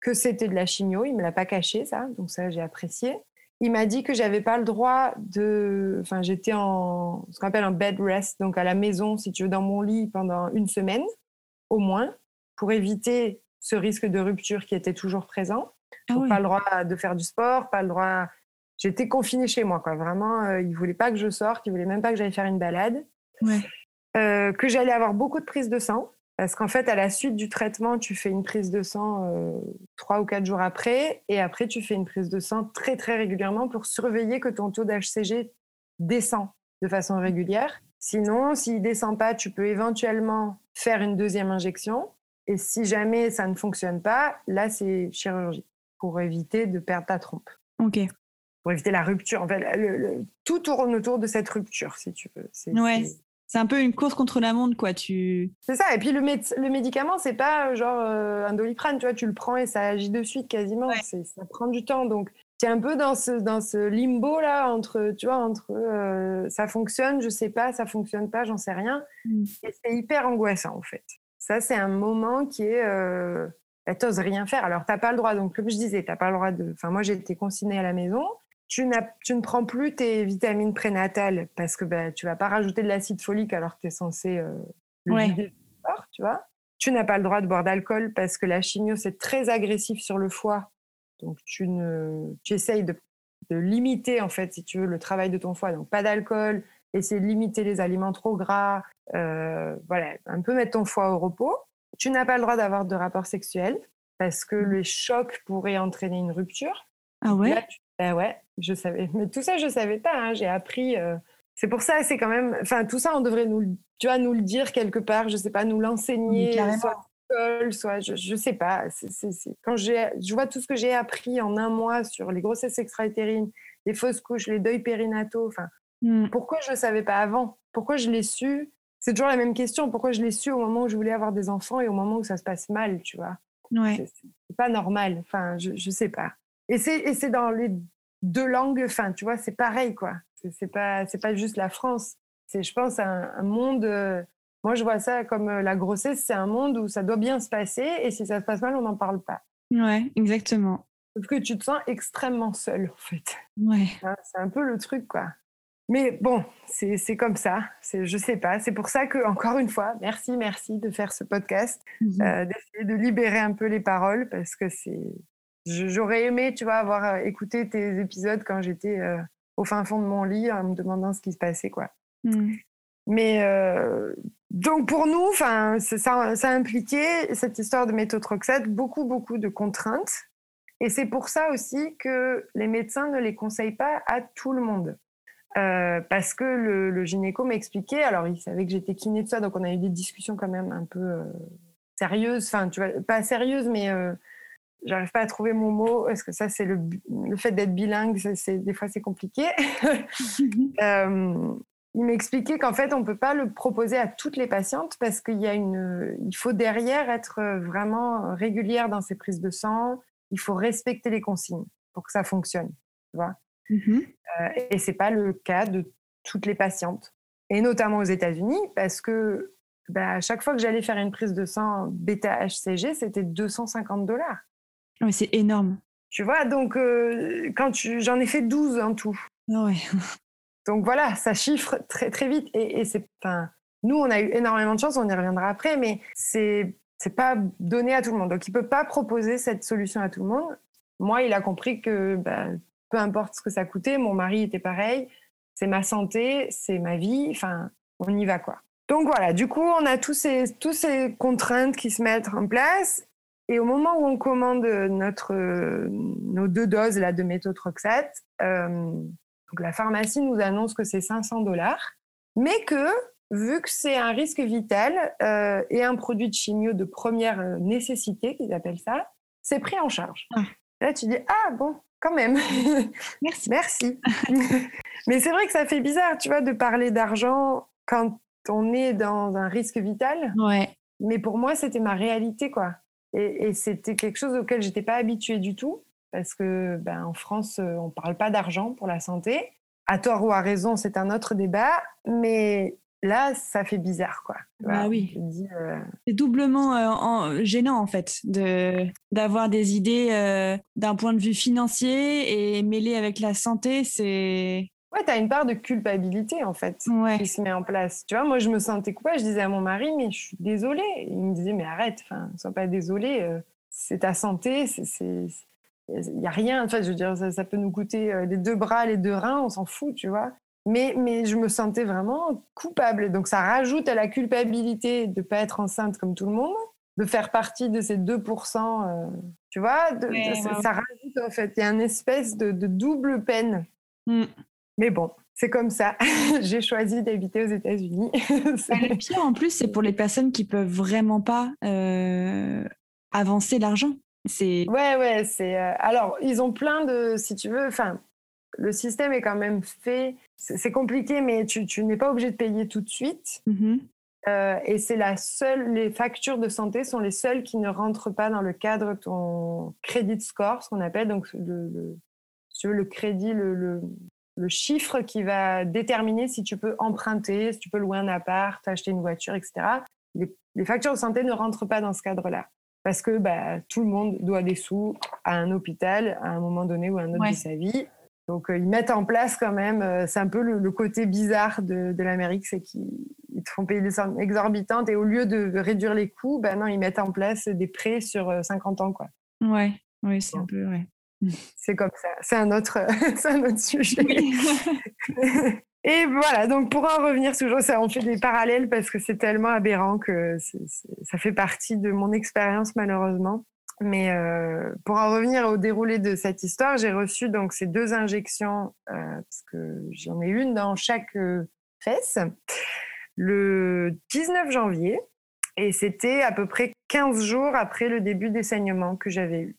que c'était de la chimio. Il ne me l'a pas caché, ça. Donc ça, j'ai apprécié. Il m'a dit que je n'avais pas le droit de... Enfin, j'étais en ce qu'on appelle un bed rest, donc à la maison, si tu veux, dans mon lit pendant une semaine, au moins, pour éviter ce risque de rupture qui était toujours présent. Ah donc, oui. pas le droit de faire du sport, pas le droit... J'étais confinée chez moi, quoi. Vraiment, euh, il ne voulait pas que je sorte, il ne voulait même pas que j'aille faire une balade. Ouais. Euh, que j'allais avoir beaucoup de prises de sang, parce qu'en fait, à la suite du traitement, tu fais une prise de sang euh, trois ou quatre jours après, et après, tu fais une prise de sang très, très régulièrement pour surveiller que ton taux d'H C G descend de façon régulière. Sinon, s'il ne descend pas, tu peux éventuellement faire une deuxième injection, et si jamais ça ne fonctionne pas, là, c'est chirurgie, pour éviter de perdre ta trompe. Ok. Pour éviter la rupture. En fait, le, le, tout tourne autour de cette rupture, si tu veux. C'est, ouais. c'est... C'est un peu une course contre la montre, quoi. Tu... C'est ça. Et puis, le, méde- le médicament, c'est pas genre euh, un Doliprane, tu vois, tu le prends et ça agit de suite quasiment. Ouais. C'est, ça prend du temps. Donc, tu es un peu dans ce, dans ce limbo-là, entre, tu vois, entre euh, ça fonctionne, je sais pas, ça fonctionne pas, j'en sais rien. Mm. Et c'est hyper angoissant, en fait. Ça, c'est un moment qui est... Euh, bah, t'oses rien faire. Alors, t'as pas le droit. Donc, comme je disais, t'as pas le droit de... Enfin, moi, j'ai été consignée à la maison. Tu, n'as, tu ne prends plus tes vitamines prénatales parce que bah, tu ne vas pas rajouter de l'acide folique alors que tu es censé euh, le ouais. vider du corps, tu vois. Tu n'as pas le droit de boire d'alcool parce que la chimio, c'est très agressif sur le foie. Donc, tu, ne, tu essayes de, de limiter, en fait, si tu veux, le travail de ton foie. Donc, pas d'alcool, essayer de limiter les aliments trop gras, euh, voilà, un peu mettre ton foie au repos. Tu n'as pas le droit d'avoir de rapport sexuel parce que les chocs pourraient entraîner une rupture. Ah ouais? Là, tu... Ben ouais, je savais. Mais tout ça, je savais pas. Hein. J'ai appris. Euh... C'est pour ça, c'est quand même. Enfin, tout ça, on devrait nous, tu vois, nous le dire quelque part. Je sais pas, nous l'enseigner, soit à l'école, soit, je, je sais pas. C'est, c'est, c'est... Quand j'ai, je vois tout ce que j'ai appris en un mois sur les grossesses extra-utérines, les fausses couches, les deuils périnataux. Enfin, mm. pourquoi je le savais pas avant? Pourquoi je l'ai su? C'est toujours la même question. Pourquoi je l'ai su au moment où je voulais avoir des enfants et au moment où ça se passe mal, tu vois? Ouais. C'est, c'est pas normal. Enfin, je, je sais pas. Et c'est, et c'est dans les deux langues, enfin, tu vois, c'est pareil, quoi. C'est, c'est, pas, c'est pas juste la France. C'est, je pense, un, un monde... Euh, moi, je vois ça comme euh, la grossesse, c'est un monde où ça doit bien se passer, et si ça se passe mal, on n'en parle pas. Ouais, exactement. Sauf que tu te sens extrêmement seule, en fait. Ouais. Hein, c'est un peu le truc, quoi. Mais bon, c'est, c'est comme ça. C'est, je sais pas. C'est pour ça que, encore une fois, merci, merci de faire ce podcast, mmh. euh, d'essayer de libérer un peu les paroles, parce que c'est... J'aurais aimé, tu vois, avoir écouté tes épisodes quand j'étais euh, au fin fond de mon lit en me demandant ce qui se passait, quoi. Mm. Mais euh, donc pour nous, enfin, ça, ça impliquait cette histoire de méthotrexate beaucoup, beaucoup de contraintes. Et c'est pour ça aussi que les médecins ne les conseillent pas à tout le monde. Euh, parce que le, le gynéco m'expliquait, alors il savait que j'étais kiné de ça, donc on a eu des discussions quand même un peu euh, sérieuses, enfin, tu vois, pas sérieuses, mais euh, j'arrive pas à trouver mon mot, parce que ça, c'est le, le fait d'être bilingue, c'est, c'est, des fois, c'est compliqué. euh, il m'expliquait qu'en fait, on peut pas le proposer à toutes les patientes parce qu'il y a une, il faut derrière être vraiment régulière dans ses prises de sang, il faut respecter les consignes pour que ça fonctionne, tu vois. Mm-hmm. Euh, et c'est pas le cas de toutes les patientes, et notamment aux États-Unis, parce que bah, à chaque fois que j'allais faire une prise de sang bêta-H C G, c'était deux cent cinquante dollars. Ouais, c'est énorme. Tu vois, donc euh, quand tu, j'en ai fait douze en tout. Oh ouais. Donc voilà, ça chiffre très très vite. Et, et c'est, enfin, nous, on a eu énormément de chance, on y reviendra après, mais c'est c'est pas donné à tout le monde. Donc il peut pas proposer cette solution à tout le monde. Moi, il a compris que bah, peu importe ce que ça coûtait, mon mari était pareil. C'est ma santé, c'est ma vie. Enfin, on y va, quoi. Donc voilà, du coup, on a tous ces tous ces contraintes qui se mettent en place. Et au moment où on commande notre, euh, nos deux doses là, de méthotrexate, euh, donc la pharmacie nous annonce que c'est cinq cents dollars, mais que, vu que c'est un risque vital euh, et un produit de chimio de première nécessité, qu'ils appellent ça, c'est pris en charge. Ah. Là, tu dis « Ah bon, quand même, merci. Merci. » Mais c'est vrai que ça fait bizarre, tu vois, de parler d'argent quand on est dans un risque vital. Ouais. Mais pour moi, c'était ma réalité, quoi. Et, et c'était quelque chose auquel je n'étais pas habituée du tout, parce que ben, en France, on ne parle pas d'argent pour la santé. À tort ou à raison, c'est un autre débat. Mais là, ça fait bizarre, quoi. Voilà, Ah oui. on te dit, euh... C'est doublement euh, en, gênant, en fait, de, d'avoir des idées euh, d'un point de vue financier et mêlées avec la santé, c'est... Ouais, t'as une part de culpabilité, en fait, ouais. qui se met en place. Tu vois, moi, je me sentais coupable. Je disais à mon mari, mais je suis désolée. Et il me disait, mais arrête, enfin, sois pas désolée. Euh, c'est ta santé, c'est... c'est... Il n'y a rien, enfin, je veux dire, ça, ça peut nous coûter les deux bras, les deux reins, on s'en fout, tu vois. Mais, mais je me sentais vraiment coupable. Donc, ça rajoute à la culpabilité de ne pas être enceinte comme tout le monde, de faire partie de ces deux pour cent, euh, tu vois. De, ouais, de, ça, ouais. ça rajoute, en fait, il y a une espèce de, de double peine. Mm. Mais bon, c'est comme ça. J'ai choisi d'habiter aux États-Unis. Le pire, en plus, c'est pour les personnes qui ne peuvent vraiment pas euh, avancer l'argent. C'est... Ouais, ouais, c'est... Euh, alors, ils ont plein de... Si tu veux, enfin, le système est quand même fait... C'est, c'est compliqué, mais tu, tu n'es pas obligé de payer tout de suite. Mm-hmm. Euh, et c'est la seule... Les factures de santé sont les seules qui ne rentrent pas dans le cadre de ton credit score, ce qu'on appelle, donc, le, le, si tu veux, le crédit, le, le, le chiffre qui va déterminer si tu peux emprunter, si tu peux louer un appart, acheter une voiture, et cetera. Les, les factures de santé ne rentrent pas dans ce cadre-là. Parce que bah, tout le monde doit des sous à un hôpital à un moment donné ou à un autre ouais. de sa vie. Donc, euh, ils mettent en place quand même, euh, c'est un peu le, le côté bizarre de, de l'Amérique, c'est qu'ils ils te font payer des sommes exorbitantes et au lieu de réduire les coûts, bah non, ils mettent en place des prêts sur euh, cinquante ans, quoi. Ouais, oui, c'est bon. un peu, ouais. C'est comme ça, c'est un autre, c'est un autre sujet. Oui. Et voilà, donc pour en revenir toujours, ça, on fait des parallèles parce que c'est tellement aberrant que c'est, c'est, ça fait partie de mon expérience malheureusement. Mais euh, pour en revenir au déroulé de cette histoire, j'ai reçu donc ces deux injections, euh, parce que j'en ai une dans chaque euh, fesse, le dix-neuf janvier, et c'était à peu près quinze jours après le début des saignements que j'avais eu.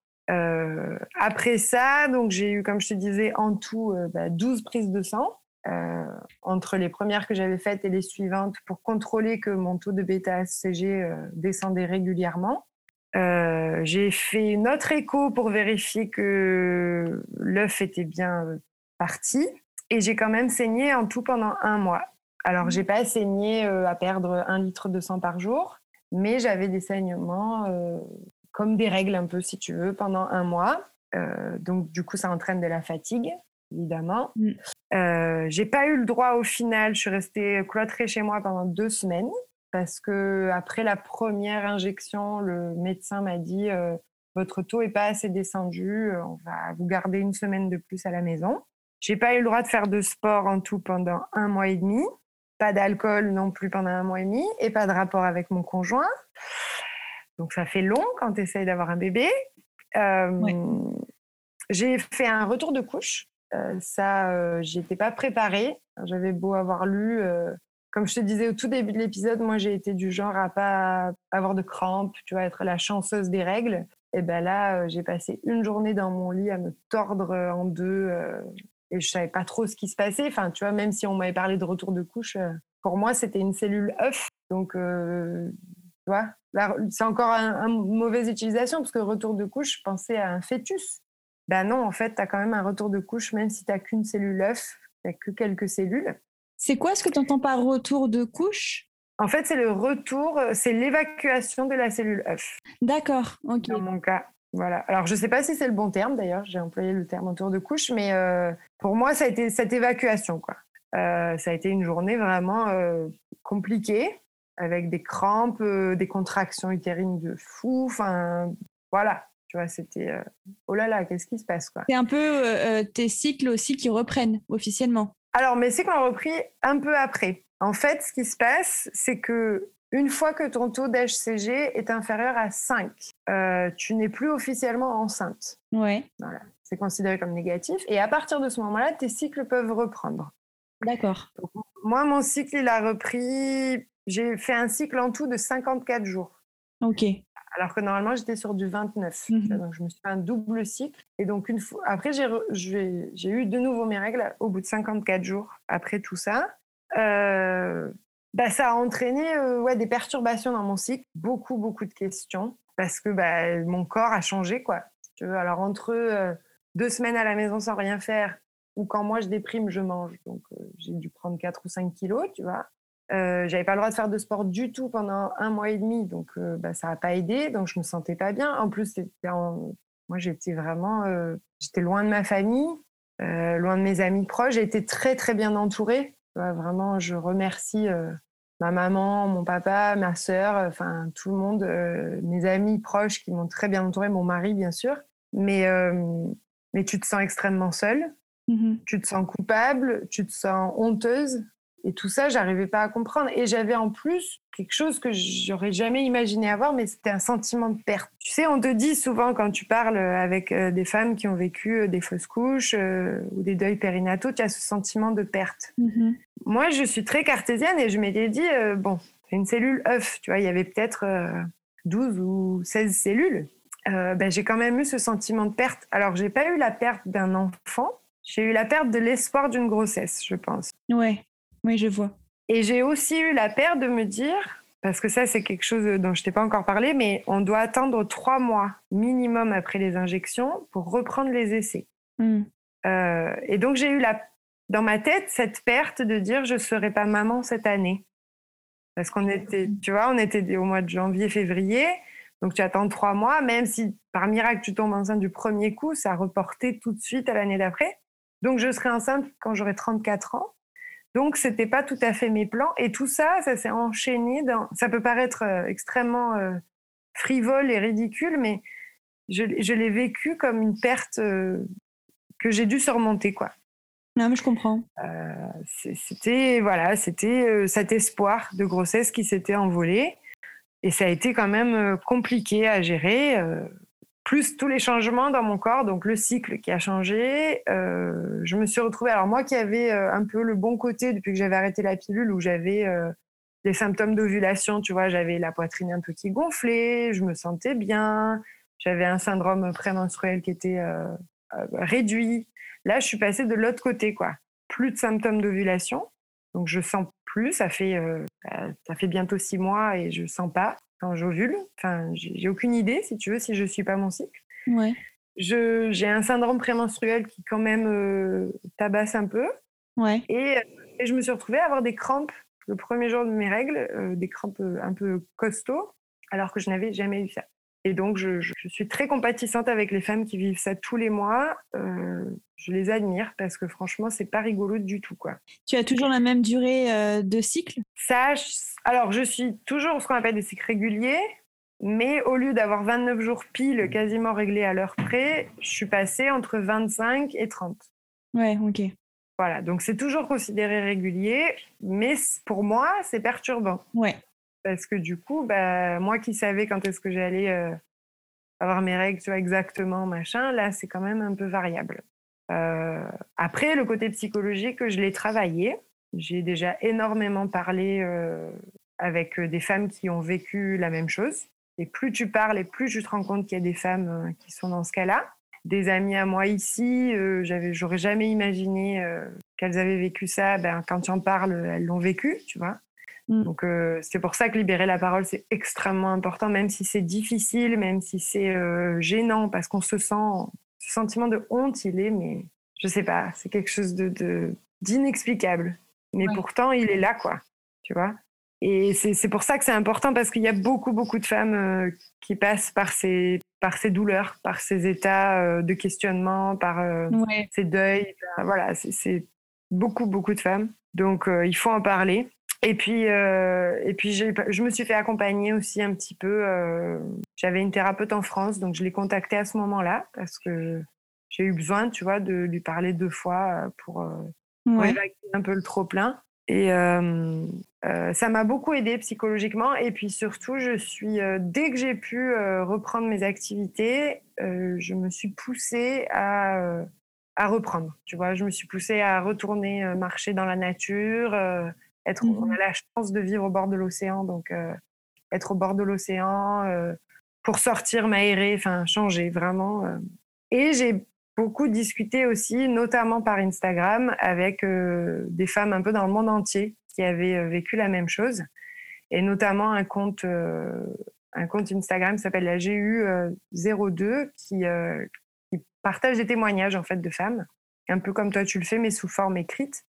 Euh, après ça, donc j'ai eu, comme je te disais, en tout euh, bah, douze prises de sang euh, entre les premières que j'avais faites et les suivantes pour contrôler que mon taux de bêta-H C G euh, descendait régulièrement. Euh, j'ai fait une autre écho pour vérifier que l'œuf était bien euh, parti et j'ai quand même saigné en tout pendant un mois. Alors, j'ai pas saigné euh, à perdre un litre de sang par jour, mais j'avais des saignements... Euh, comme des règles un peu, si tu veux, pendant un mois. Euh, donc, du coup, ça entraîne de la fatigue, évidemment. Mm. Euh, j'ai pas eu le droit au final. Je suis restée cloîtrée chez moi pendant deux semaines parce que après la première injection, le médecin m'a dit euh, votre taux est pas assez descendu, on va vous garder une semaine de plus à la maison. J'ai pas eu le droit de faire de sport en tout pendant un mois et demi, pas d'alcool non plus pendant un mois et demi et pas de rapport avec mon conjoint. Donc, ça fait long quand tu essayes d'avoir un bébé. Euh, ouais. J'ai fait un retour de couche. Euh, ça, euh, j'y étais pas préparée. J'avais beau avoir lu. Euh, comme je te disais au tout début de l'épisode, moi, j'ai été du genre à pas avoir de crampes, tu vois, être la chanceuse des règles. Et ben là, euh, j'ai passé une journée dans mon lit à me tordre en deux euh, et je savais pas trop ce qui se passait. Enfin, tu vois, même si on m'avait parlé de retour de couche, euh, pour moi, c'était une cellule œuf. Donc, euh, tu vois, là, c'est encore une un mauvaise utilisation parce que retour de couche, je pensais à un fœtus. Ben non, en fait, tu as quand même un retour de couche, même si tu n'as qu'une cellule œuf, tu n'as que quelques cellules. C'est quoi ce que tu entends par retour de couche ? En fait, c'est le retour, c'est l'évacuation de la cellule œuf. D'accord, ok. Dans mon cas, voilà. Alors, je ne sais pas si c'est le bon terme, d'ailleurs, j'ai employé le terme retour de couche, mais euh, pour moi, ça a été cette évacuation, quoi. Euh, ça a été une journée vraiment euh, compliquée, avec des crampes, euh, des contractions utérines de fou, enfin, voilà. Tu vois, c'était euh, oh là là, qu'est-ce qui se passe, quoi. C'est un peu euh, tes cycles aussi qui reprennent officiellement. Alors, mes cycles ont repris un peu après. En fait, ce qui se passe, c'est que une fois que ton taux d'H C G est inférieur à cinq, euh, tu n'es plus officiellement enceinte. Ouais. Voilà, c'est considéré comme négatif. Et à partir de ce moment-là, tes cycles peuvent reprendre. D'accord. Donc, moi, mon cycle, il a repris. J'ai fait un cycle en tout de cinquante-quatre jours. Ok. Alors que normalement, j'étais sur du vingt-neuf. Mm-hmm. Donc, je me suis fait un double cycle. Et donc, une fois... après, j'ai, re... j'ai... j'ai eu de nouveau mes règles au bout de cinquante-quatre jours après tout ça. Euh... Bah, ça a entraîné euh, ouais, des perturbations dans mon cycle. Beaucoup, beaucoup de questions. Parce que bah, mon corps a changé, quoi. Tu veux. Alors, entre euh, deux semaines à la maison sans rien faire ou quand moi, je déprime, je mange. Donc, euh, j'ai dû prendre quatre ou cinq kilos, tu vois. Euh, j'avais pas le droit de faire de sport du tout pendant un mois et demi, donc euh, bah, ça n'a pas aidé. Donc je me sentais pas bien. En plus, c'était en... moi j'étais vraiment, euh, j'étais loin de ma famille, euh, loin de mes amis proches. J'ai été très très bien entourée. Ouais, vraiment, je remercie euh, ma maman, mon papa, ma sœur, enfin euh, tout le monde, euh, mes amis proches qui m'ont très bien entourée, mon mari bien sûr. Mais euh, mais tu te sens extrêmement seule, mmh. Tu te sens coupable, tu te sens honteuse. Et tout ça, j'arrivais pas à comprendre. Et j'avais en plus quelque chose que j'aurais jamais imaginé avoir, mais c'était un sentiment de perte. Tu sais, on te dit souvent quand tu parles avec euh, des femmes qui ont vécu euh, des fausses couches euh, ou des deuils périnataux, tu as ce sentiment de perte. Mm-hmm. Moi, je suis très cartésienne et je m'étais dit, euh, bon, c'est une cellule œuf, tu vois, il y avait peut-être euh, douze ou seize cellules. Euh, ben, j'ai quand même eu ce sentiment de perte. Alors, j'ai pas eu la perte d'un enfant, j'ai eu la perte de l'espoir d'une grossesse, je pense. Ouais. Oui, je vois. Et j'ai aussi eu la peur de me dire, parce que ça, c'est quelque chose dont je t'ai pas encore parlé, mais on doit attendre trois mois minimum après les injections pour reprendre les essais. Mm. Euh, et donc, j'ai eu la, dans ma tête cette perte de dire je serai pas maman cette année. Parce qu'on était, tu vois, on était au mois de janvier, février, donc tu attends trois mois, même si par miracle tu tombes enceinte du premier coup, ça a reporté tout de suite à l'année d'après. Donc, je serai enceinte quand j'aurai trente-quatre ans. Donc, c'était pas tout à fait mes plans. Et tout ça, ça s'est enchaîné dans... Ça peut paraître euh, extrêmement euh, frivole et ridicule, mais je, je l'ai vécu comme une perte euh, que j'ai dû surmonter, quoi. Non, mais je comprends. Euh, c'était, voilà, c'était euh, cet espoir de grossesse qui s'était envolé. Et ça a été quand même euh, compliqué à gérer. Euh, plus tous les changements dans mon corps, donc le cycle qui a changé. Euh, je me suis retrouvée... Alors moi qui avais euh, un peu le bon côté depuis que j'avais arrêté la pilule, où j'avais euh, des symptômes d'ovulation, tu vois, j'avais la poitrine un peu qui gonflait, je me sentais bien, j'avais un syndrome prémenstruel qui était euh, euh, réduit. Là, je suis passée de l'autre côté, quoi. Plus de symptômes d'ovulation, donc je sens plus, ça fait, euh, ça fait bientôt six mois et je sens pas quand j'ovule. Enfin, j'ai, j'ai aucune idée, si tu veux, si je suis pas mon cycle. Ouais. Je, j'ai un syndrome prémenstruel qui quand même euh, tabasse un peu. Ouais. Et, et je me suis retrouvée à avoir des crampes le premier jour de mes règles, euh, des crampes un peu costauds, alors que je n'avais jamais eu ça. Et donc, je, je, je suis très compatissante avec les femmes qui vivent ça tous les mois. Euh, je les admire parce que franchement, c'est pas rigolo du tout, quoi. Tu as toujours la même durée euh, de cycle ? Ça, je, alors, je suis toujours ce qu'on appelle des cycles réguliers, mais au lieu d'avoir vingt-neuf jours pile, quasiment réglés à l'heure près, je suis passée entre vingt-cinq et trente. Ouais, ok. Voilà, donc c'est toujours considéré régulier, mais pour moi, c'est perturbant. Ouais. Parce que du coup, bah, moi qui savais quand est-ce que j'allais euh, avoir mes règles, tu vois, exactement, machin, là, c'est quand même un peu variable. Euh, après, le côté psychologique, je l'ai travaillé. J'ai déjà énormément parlé euh, avec des femmes qui ont vécu la même chose. Et plus tu parles, et plus tu te rends compte qu'il y a des femmes euh, qui sont dans ce cas-là. Des amies à moi ici, euh, j'avais, j'aurais jamais imaginé euh, qu'elles avaient vécu ça. Ben, quand tu en parles, elles l'ont vécu, tu vois. Mm. Donc, euh, c'est pour ça que libérer la parole, c'est extrêmement important, même si c'est difficile, même si c'est euh, gênant, parce qu'on se sent... Ce sentiment de honte, il est, mais je sais pas, c'est quelque chose de, de, d'inexplicable. Mais ouais. Pourtant, il est là, quoi, tu vois. Et c'est, c'est pour ça que c'est important, parce qu'il y a beaucoup, beaucoup de femmes euh, qui passent par ces, par ces douleurs, par ces états euh, de questionnement, par euh, ouais. ces deuils. Par, voilà, c'est, c'est beaucoup, beaucoup de femmes. Donc, euh, il faut en parler. Et puis, euh, et puis j'ai, je me suis fait accompagner aussi un petit peu. Euh, j'avais une thérapeute en France, donc je l'ai contactée à ce moment-là parce que j'ai eu besoin, tu vois, de lui parler deux fois pour, euh, ouais. pour évacuer un peu le trop-plein. Et euh, euh, ça m'a beaucoup aidée psychologiquement. Et puis surtout, je suis, euh, dès que j'ai pu euh, reprendre mes activités, euh, je me suis poussée à, euh, à reprendre. Tu vois, je me suis poussée à retourner euh, marcher dans la nature. Euh, Être, mmh. On a la chance de vivre au bord de l'océan, donc euh, être au bord de l'océan euh, pour sortir, m'aérer, enfin changer vraiment. Euh. Et j'ai beaucoup discuté aussi, notamment par Instagram, avec euh, des femmes un peu dans le monde entier qui avaient euh, vécu la même chose, et notamment un compte, euh, un compte Instagram qui s'appelle la G U zéro deux qui, euh, qui partage des témoignages en fait de femmes, un peu comme toi tu le fais, mais sous forme écrite.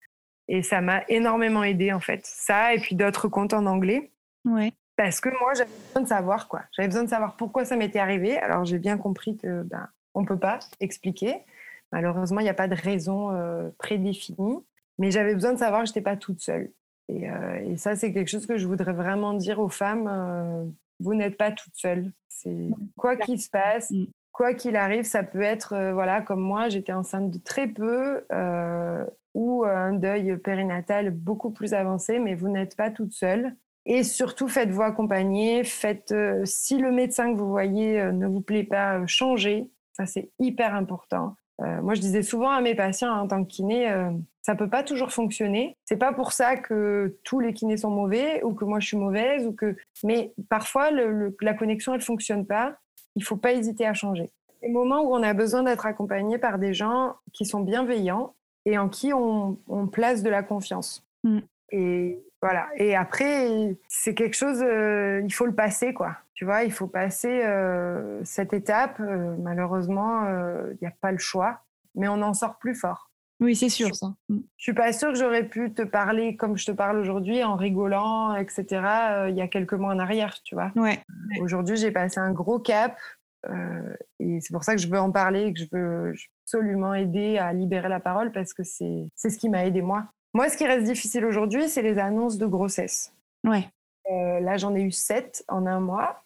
Et ça m'a énormément aidée, en fait. Ça, et puis d'autres comptes en anglais. Ouais. Parce que moi, j'avais besoin de savoir, quoi. J'avais besoin de savoir pourquoi ça m'était arrivé. Alors, j'ai bien compris que ben, on ne peut pas expliquer. Malheureusement, il n'y a pas de raison euh, prédéfinie. Mais j'avais besoin de savoir que je n'étais pas toute seule. Et, euh, et ça, c'est quelque chose que je voudrais vraiment dire aux femmes. Euh, vous n'êtes pas toute seule. C'est quoi qu'il se passe, quoi qu'il arrive, ça peut être, euh, voilà, comme moi, j'étais enceinte de très peu, euh, ou un deuil périnatal beaucoup plus avancé, mais vous n'êtes pas toute seule. Et surtout, faites-vous accompagner. Faites, euh, si le médecin que vous voyez euh, ne vous plaît pas, euh, changez. Ça, c'est hyper important. Euh, moi, je disais souvent à mes patients, hein, en tant que kiné, euh, ça peut pas toujours fonctionner. C'est pas pour ça que tous les kinés sont mauvais ou que moi je suis mauvaise ou que. Mais parfois, le, le, la connexion elle fonctionne pas. Il faut pas hésiter à changer. Les moments où on a besoin d'être accompagné par des gens qui sont bienveillants et en qui on, on place de la confiance. Mm. Et voilà. Et après, c'est quelque chose. Euh, il faut le passer, quoi. Tu vois, il faut passer euh, cette étape. Euh, malheureusement, il euh, n'y a pas le choix, mais on en sort plus fort. Oui, c'est sûr, ça. Je ne suis pas sûre que j'aurais pu te parler comme je te parle aujourd'hui, en rigolant, et cetera, euh, il y a quelques mois en arrière, tu vois. Ouais. Aujourd'hui, j'ai passé un gros cap euh, et c'est pour ça que je veux en parler et que je veux absolument aider à libérer la parole parce que c'est, c'est ce qui m'a aidée, moi. Moi, ce qui reste difficile aujourd'hui, c'est les annonces de grossesse. Ouais. Euh, là, j'en ai eu sept en un mois.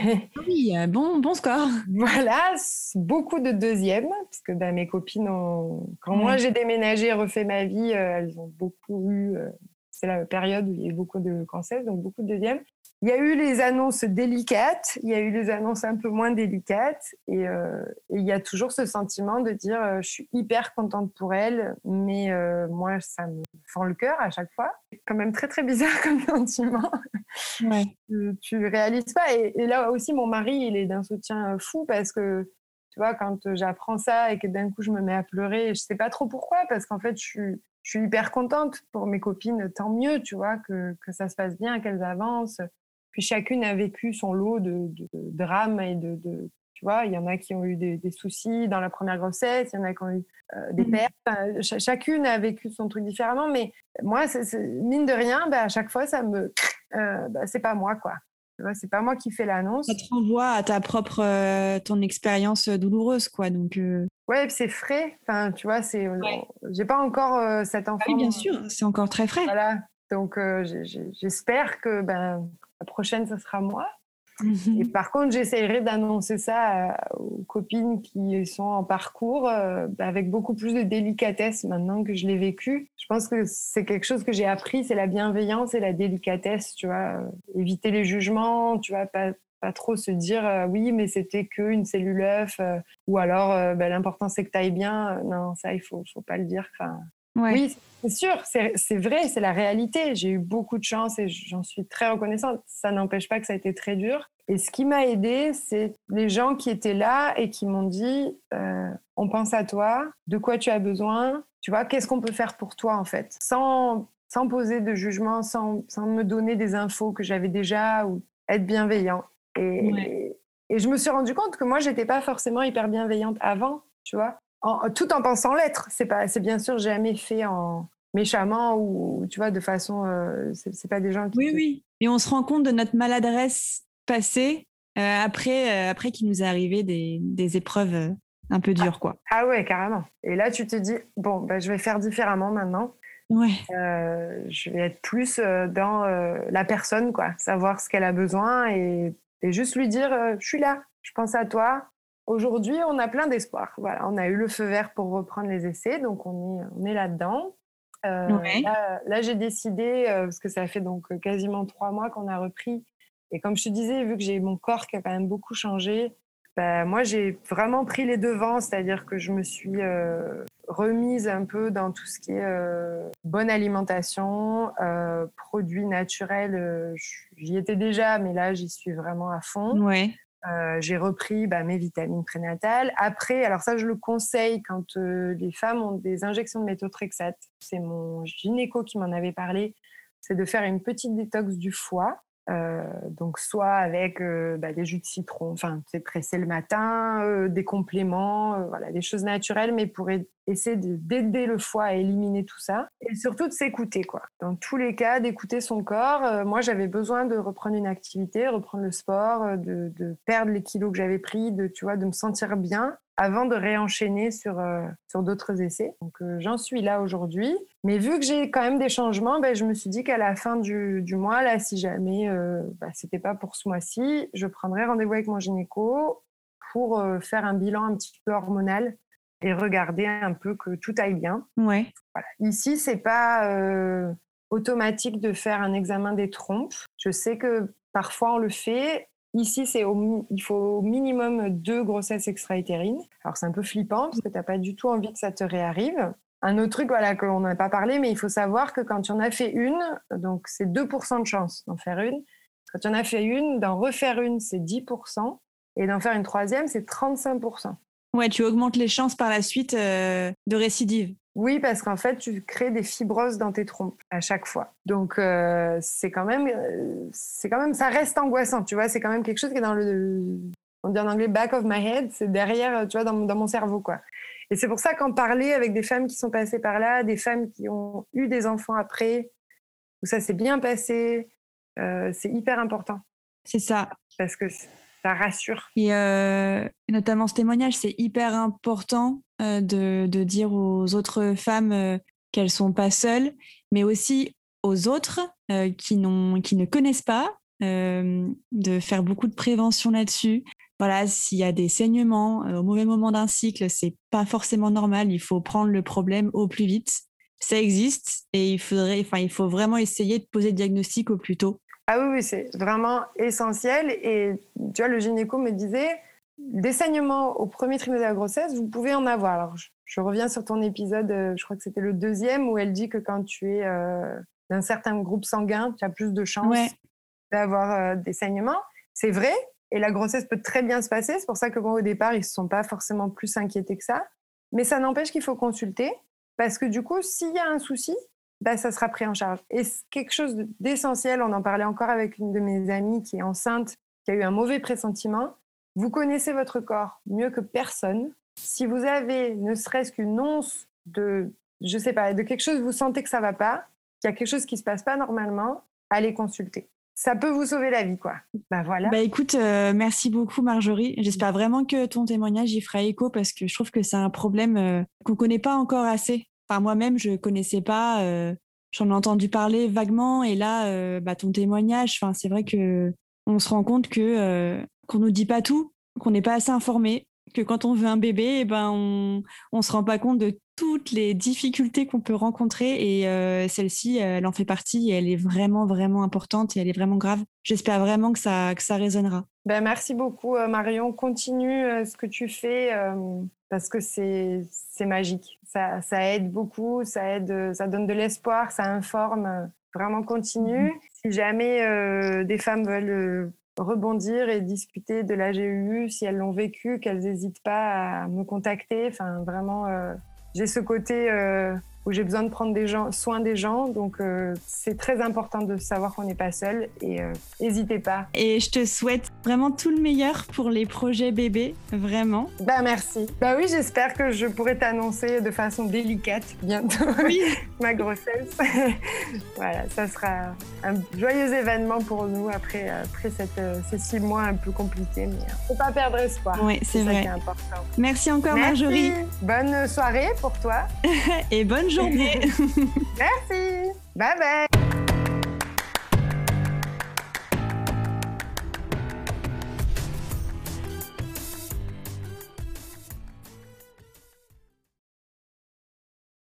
Oui, bon, bon score. Voilà, beaucoup de deuxièmes, parce que ben, mes copines, ont... quand ouais. moi j'ai déménagé et refait ma vie, euh, elles ont beaucoup eu, euh, c'est la période où il y a eu beaucoup de grossesses, donc beaucoup de deuxièmes. Il y a eu les annonces délicates, il y a eu les annonces un peu moins délicates, et, euh, et il y a toujours ce sentiment de dire euh, je suis hyper contente pour elle, mais euh, moi ça me fend le cœur à chaque fois. C'est quand même très très bizarre comme sentiment. Ouais. tu, tu réalises pas. Et, et là aussi, mon mari, il est d'un soutien fou parce que tu vois, quand j'apprends ça et que d'un coup je me mets à pleurer, je sais pas trop pourquoi, parce qu'en fait je suis je suis hyper contente pour mes copines, tant mieux, tu vois, que que ça se passe bien, qu'elles avancent. Puis chacune a vécu son lot de, de, de drames et de, de, tu vois, il y en a qui ont eu des, des soucis dans la première grossesse, il y en a qui ont eu euh, des pertes. Enfin, ch- chacune a vécu son truc différemment, mais moi, c'est, c'est, mine de rien, bah, à chaque fois, ça me, euh, bah, c'est pas moi, quoi. Tu vois, c'est pas moi qui fais l'annonce. Ça te renvoie à ta propre, euh, ton expérience douloureuse, quoi. Donc. Euh... Ouais, puis c'est frais. Enfin, tu vois, c'est, ouais. J'ai pas encore euh, cet enfant. Ah oui, bien sûr, c'est encore très frais. Voilà. Donc, euh, j'ai, j'ai, j'espère que, ben. La prochaine, ce sera moi. Mmh. Et par contre, j'essaierai d'annoncer ça aux copines qui sont en parcours euh, avec beaucoup plus de délicatesse maintenant que je l'ai vécu. Je pense que c'est quelque chose que j'ai appris, c'est la bienveillance et la délicatesse, tu vois. Euh, éviter les jugements, tu vois, pas, pas trop se dire euh, oui, mais c'était qu'une cellule œuf, euh, ou alors euh, ben, l'important c'est que tu ailles bien. Non, ça, il faut, faut pas le dire. Enfin, ouais. Oui, c'est sûr, c'est, c'est vrai, c'est la réalité. J'ai eu beaucoup de chance et j'en suis très reconnaissante. Ça n'empêche pas que ça a été très dur. Et ce qui m'a aidée, c'est les gens qui étaient là et qui m'ont dit euh, on pense à toi, de quoi tu as besoin, tu vois, qu'est-ce qu'on peut faire pour toi en fait, sans, sans poser de jugement, sans, sans me donner des infos que j'avais déjà ou être bienveillant. Et, ouais. et, et je me suis rendu compte que moi, j'étais pas forcément hyper bienveillante avant, tu vois. En, tout en pensant l'être, c'est pas, c'est bien sûr jamais fait en méchamment ou tu vois de façon, euh, c'est, c'est pas des gens qui. Oui te... oui. Et on se rend compte de notre maladresse passée euh, après, euh, après qu'il nous est arrivé des, des épreuves euh, un peu dures, ah, quoi. Ah ouais, carrément. Et là, tu te dis bon, bah, je vais faire différemment maintenant. Ouais. Euh, je vais être plus dans euh, la personne, quoi, savoir ce qu'elle a besoin et, et juste lui dire euh, je suis là, je pense à toi. Aujourd'hui, on a plein d'espoir. Voilà, on a eu le feu vert pour reprendre les essais, donc on est, on est là-dedans. Euh, ouais. là, là, j'ai décidé, euh, parce que ça fait donc quasiment trois mois qu'on a repris, et comme je te disais, vu que j'ai mon corps qui a quand même beaucoup changé, bah, moi, j'ai vraiment pris les devants, c'est-à-dire que je me suis euh, remise un peu dans tout ce qui est euh, bonne alimentation, euh, produits naturels. Euh, j'y étais déjà, mais là, j'y suis vraiment à fond. Ouais. Euh, j'ai repris bah, mes vitamines prénatales. Après, alors ça, je le conseille quand euh, les femmes ont des injections de méthotrexate. C'est mon gynéco qui m'en avait parlé. C'est de faire une petite détox du foie. Euh, donc soit avec euh, bah, des jus de citron, enfin c'est pressé le matin, euh, des compléments, euh, voilà, des choses naturelles, mais pour a- essayer de, d'aider le foie à éliminer tout ça et surtout de s'écouter quoi. Dans tous les cas, d'écouter son corps. Euh, moi, j'avais besoin de reprendre une activité, reprendre le sport, euh, de, de perdre les kilos que j'avais pris, de tu vois, de me sentir bien avant de réenchaîner sur, euh, sur d'autres essais. Donc, euh, j'en suis là aujourd'hui. Mais vu que j'ai quand même des changements, ben, je me suis dit qu'à la fin du, du mois, là, si jamais euh, ben, c'était pas pour ce mois-ci, je prendrais rendez-vous avec mon gynéco pour euh, faire un bilan un petit peu hormonal et regarder un peu que tout aille bien. Ouais. Voilà. Ici, c'est pas euh, automatique de faire un examen des trompes. Je sais que parfois on le fait. Ici, c'est au, il faut au minimum deux grossesses extra-utérines. Alors, c'est un peu flippant parce que tu n'as pas du tout envie que ça te réarrive. Un autre truc, voilà, qu'on n'a pas parlé, mais il faut savoir que quand tu en as fait une, donc c'est deux pour cent de chance d'en faire une. Quand tu en as fait une, d'en refaire une, c'est dix pour cent. Et d'en faire une troisième, c'est trente-cinq pour cent. Ouais, tu augmentes les chances par la suite euh, de récidive. Oui, parce qu'en fait, tu crées des fibroses dans tes trompes à chaque fois. Donc, euh, c'est quand même, euh, c'est quand même, ça reste angoissant, tu vois. C'est quand même quelque chose qui est dans le, on dit en anglais back of my head, c'est derrière, tu vois, dans, dans mon cerveau, quoi. Et c'est pour ça qu'en parler avec des femmes qui sont passées par là, des femmes qui ont eu des enfants après, où ça s'est bien passé, euh, c'est hyper important. C'est ça. Parce que ça rassure. Et euh, notamment ce témoignage, c'est hyper important euh, de, de dire aux autres femmes euh, qu'elles ne sont pas seules, mais aussi aux autres euh, qui, n'ont, qui ne connaissent pas, euh, de faire beaucoup de prévention là-dessus. Voilà, s'il y a des saignements euh, au mauvais moment d'un cycle, c'est pas forcément normal. Il faut prendre le problème au plus vite. Ça existe et il faudrait, enfin, il faut vraiment essayer de poser le diagnostic au plus tôt. Ah oui, oui, c'est vraiment essentiel. Et tu vois, le gynéco me disait, des saignements au premier trimestre de la grossesse, vous pouvez en avoir. Alors, je, je reviens sur ton épisode, je crois que c'était le deuxième, où elle dit que quand tu es euh, d'un certain groupe sanguin, tu as plus de chances Ouais. d'avoir euh, des saignements. C'est vrai, et la grossesse peut très bien se passer. C'est pour ça que bon, au départ, ils ne se sont pas forcément plus inquiétés que ça. Mais ça n'empêche qu'il faut consulter, parce que du coup, s'il y a un souci, ben, ça sera pris en charge. Et c'est quelque chose d'essentiel, on en parlait encore avec une de mes amies qui est enceinte, qui a eu un mauvais pressentiment. Vous connaissez votre corps mieux que personne. Si vous avez ne serait-ce qu'une once de, je sais pas, de quelque chose, vous sentez que ça va pas, qu'il y a quelque chose qui se passe pas normalement, allez consulter. Ça peut vous sauver la vie, quoi. Ben voilà. Bah écoute, euh, merci beaucoup Marjorie. J'espère vraiment que ton témoignage y fera écho parce que je trouve que c'est un problème euh, qu'on connaît pas encore assez. Enfin, moi-même, je connaissais pas. Euh, j'en ai entendu parler vaguement et là, euh, bah, ton témoignage. Enfin, c'est vrai que on se rend compte que euh, qu'on nous dit pas tout, qu'on n'est pas assez informé, que quand on veut un bébé, eh ben on on se rend pas compte de toutes les difficultés qu'on peut rencontrer et euh, celle-ci, elle en fait partie et elle est vraiment vraiment importante et elle est vraiment grave. J'espère vraiment que ça que ça résonnera. Ben, merci beaucoup Marion. Continue euh, ce que tu fais euh, parce que c'est c'est magique. Ça, ça aide beaucoup, ça aide, ça donne de l'espoir, ça informe. Vraiment continue. Mmh. Si jamais euh, des femmes veulent euh, rebondir et discuter de la G U U, si elles l'ont vécu, qu'elles n'hésitent pas à me contacter. Enfin, vraiment, euh, j'ai ce côté euh, où j'ai besoin de prendre des gens, soin des gens. Donc, euh, c'est très important de savoir qu'on n'est pas seul et n'hésitez euh, pas. Et je te souhaite vraiment tout le meilleur pour les projets bébés, vraiment. Bah, merci. Bah oui, j'espère que je pourrai t'annoncer de façon délicate bientôt oui. ma grossesse. Voilà, ça sera un joyeux événement pour nous après, après cette, ces six mois un peu compliqués. Mais il ne faut pas perdre espoir. Oui, c'est, c'est vrai. Ça qui est important. Merci encore, merci. Marjorie. Bonne soirée pour toi. Et bonne journée. Merci. Bye bye.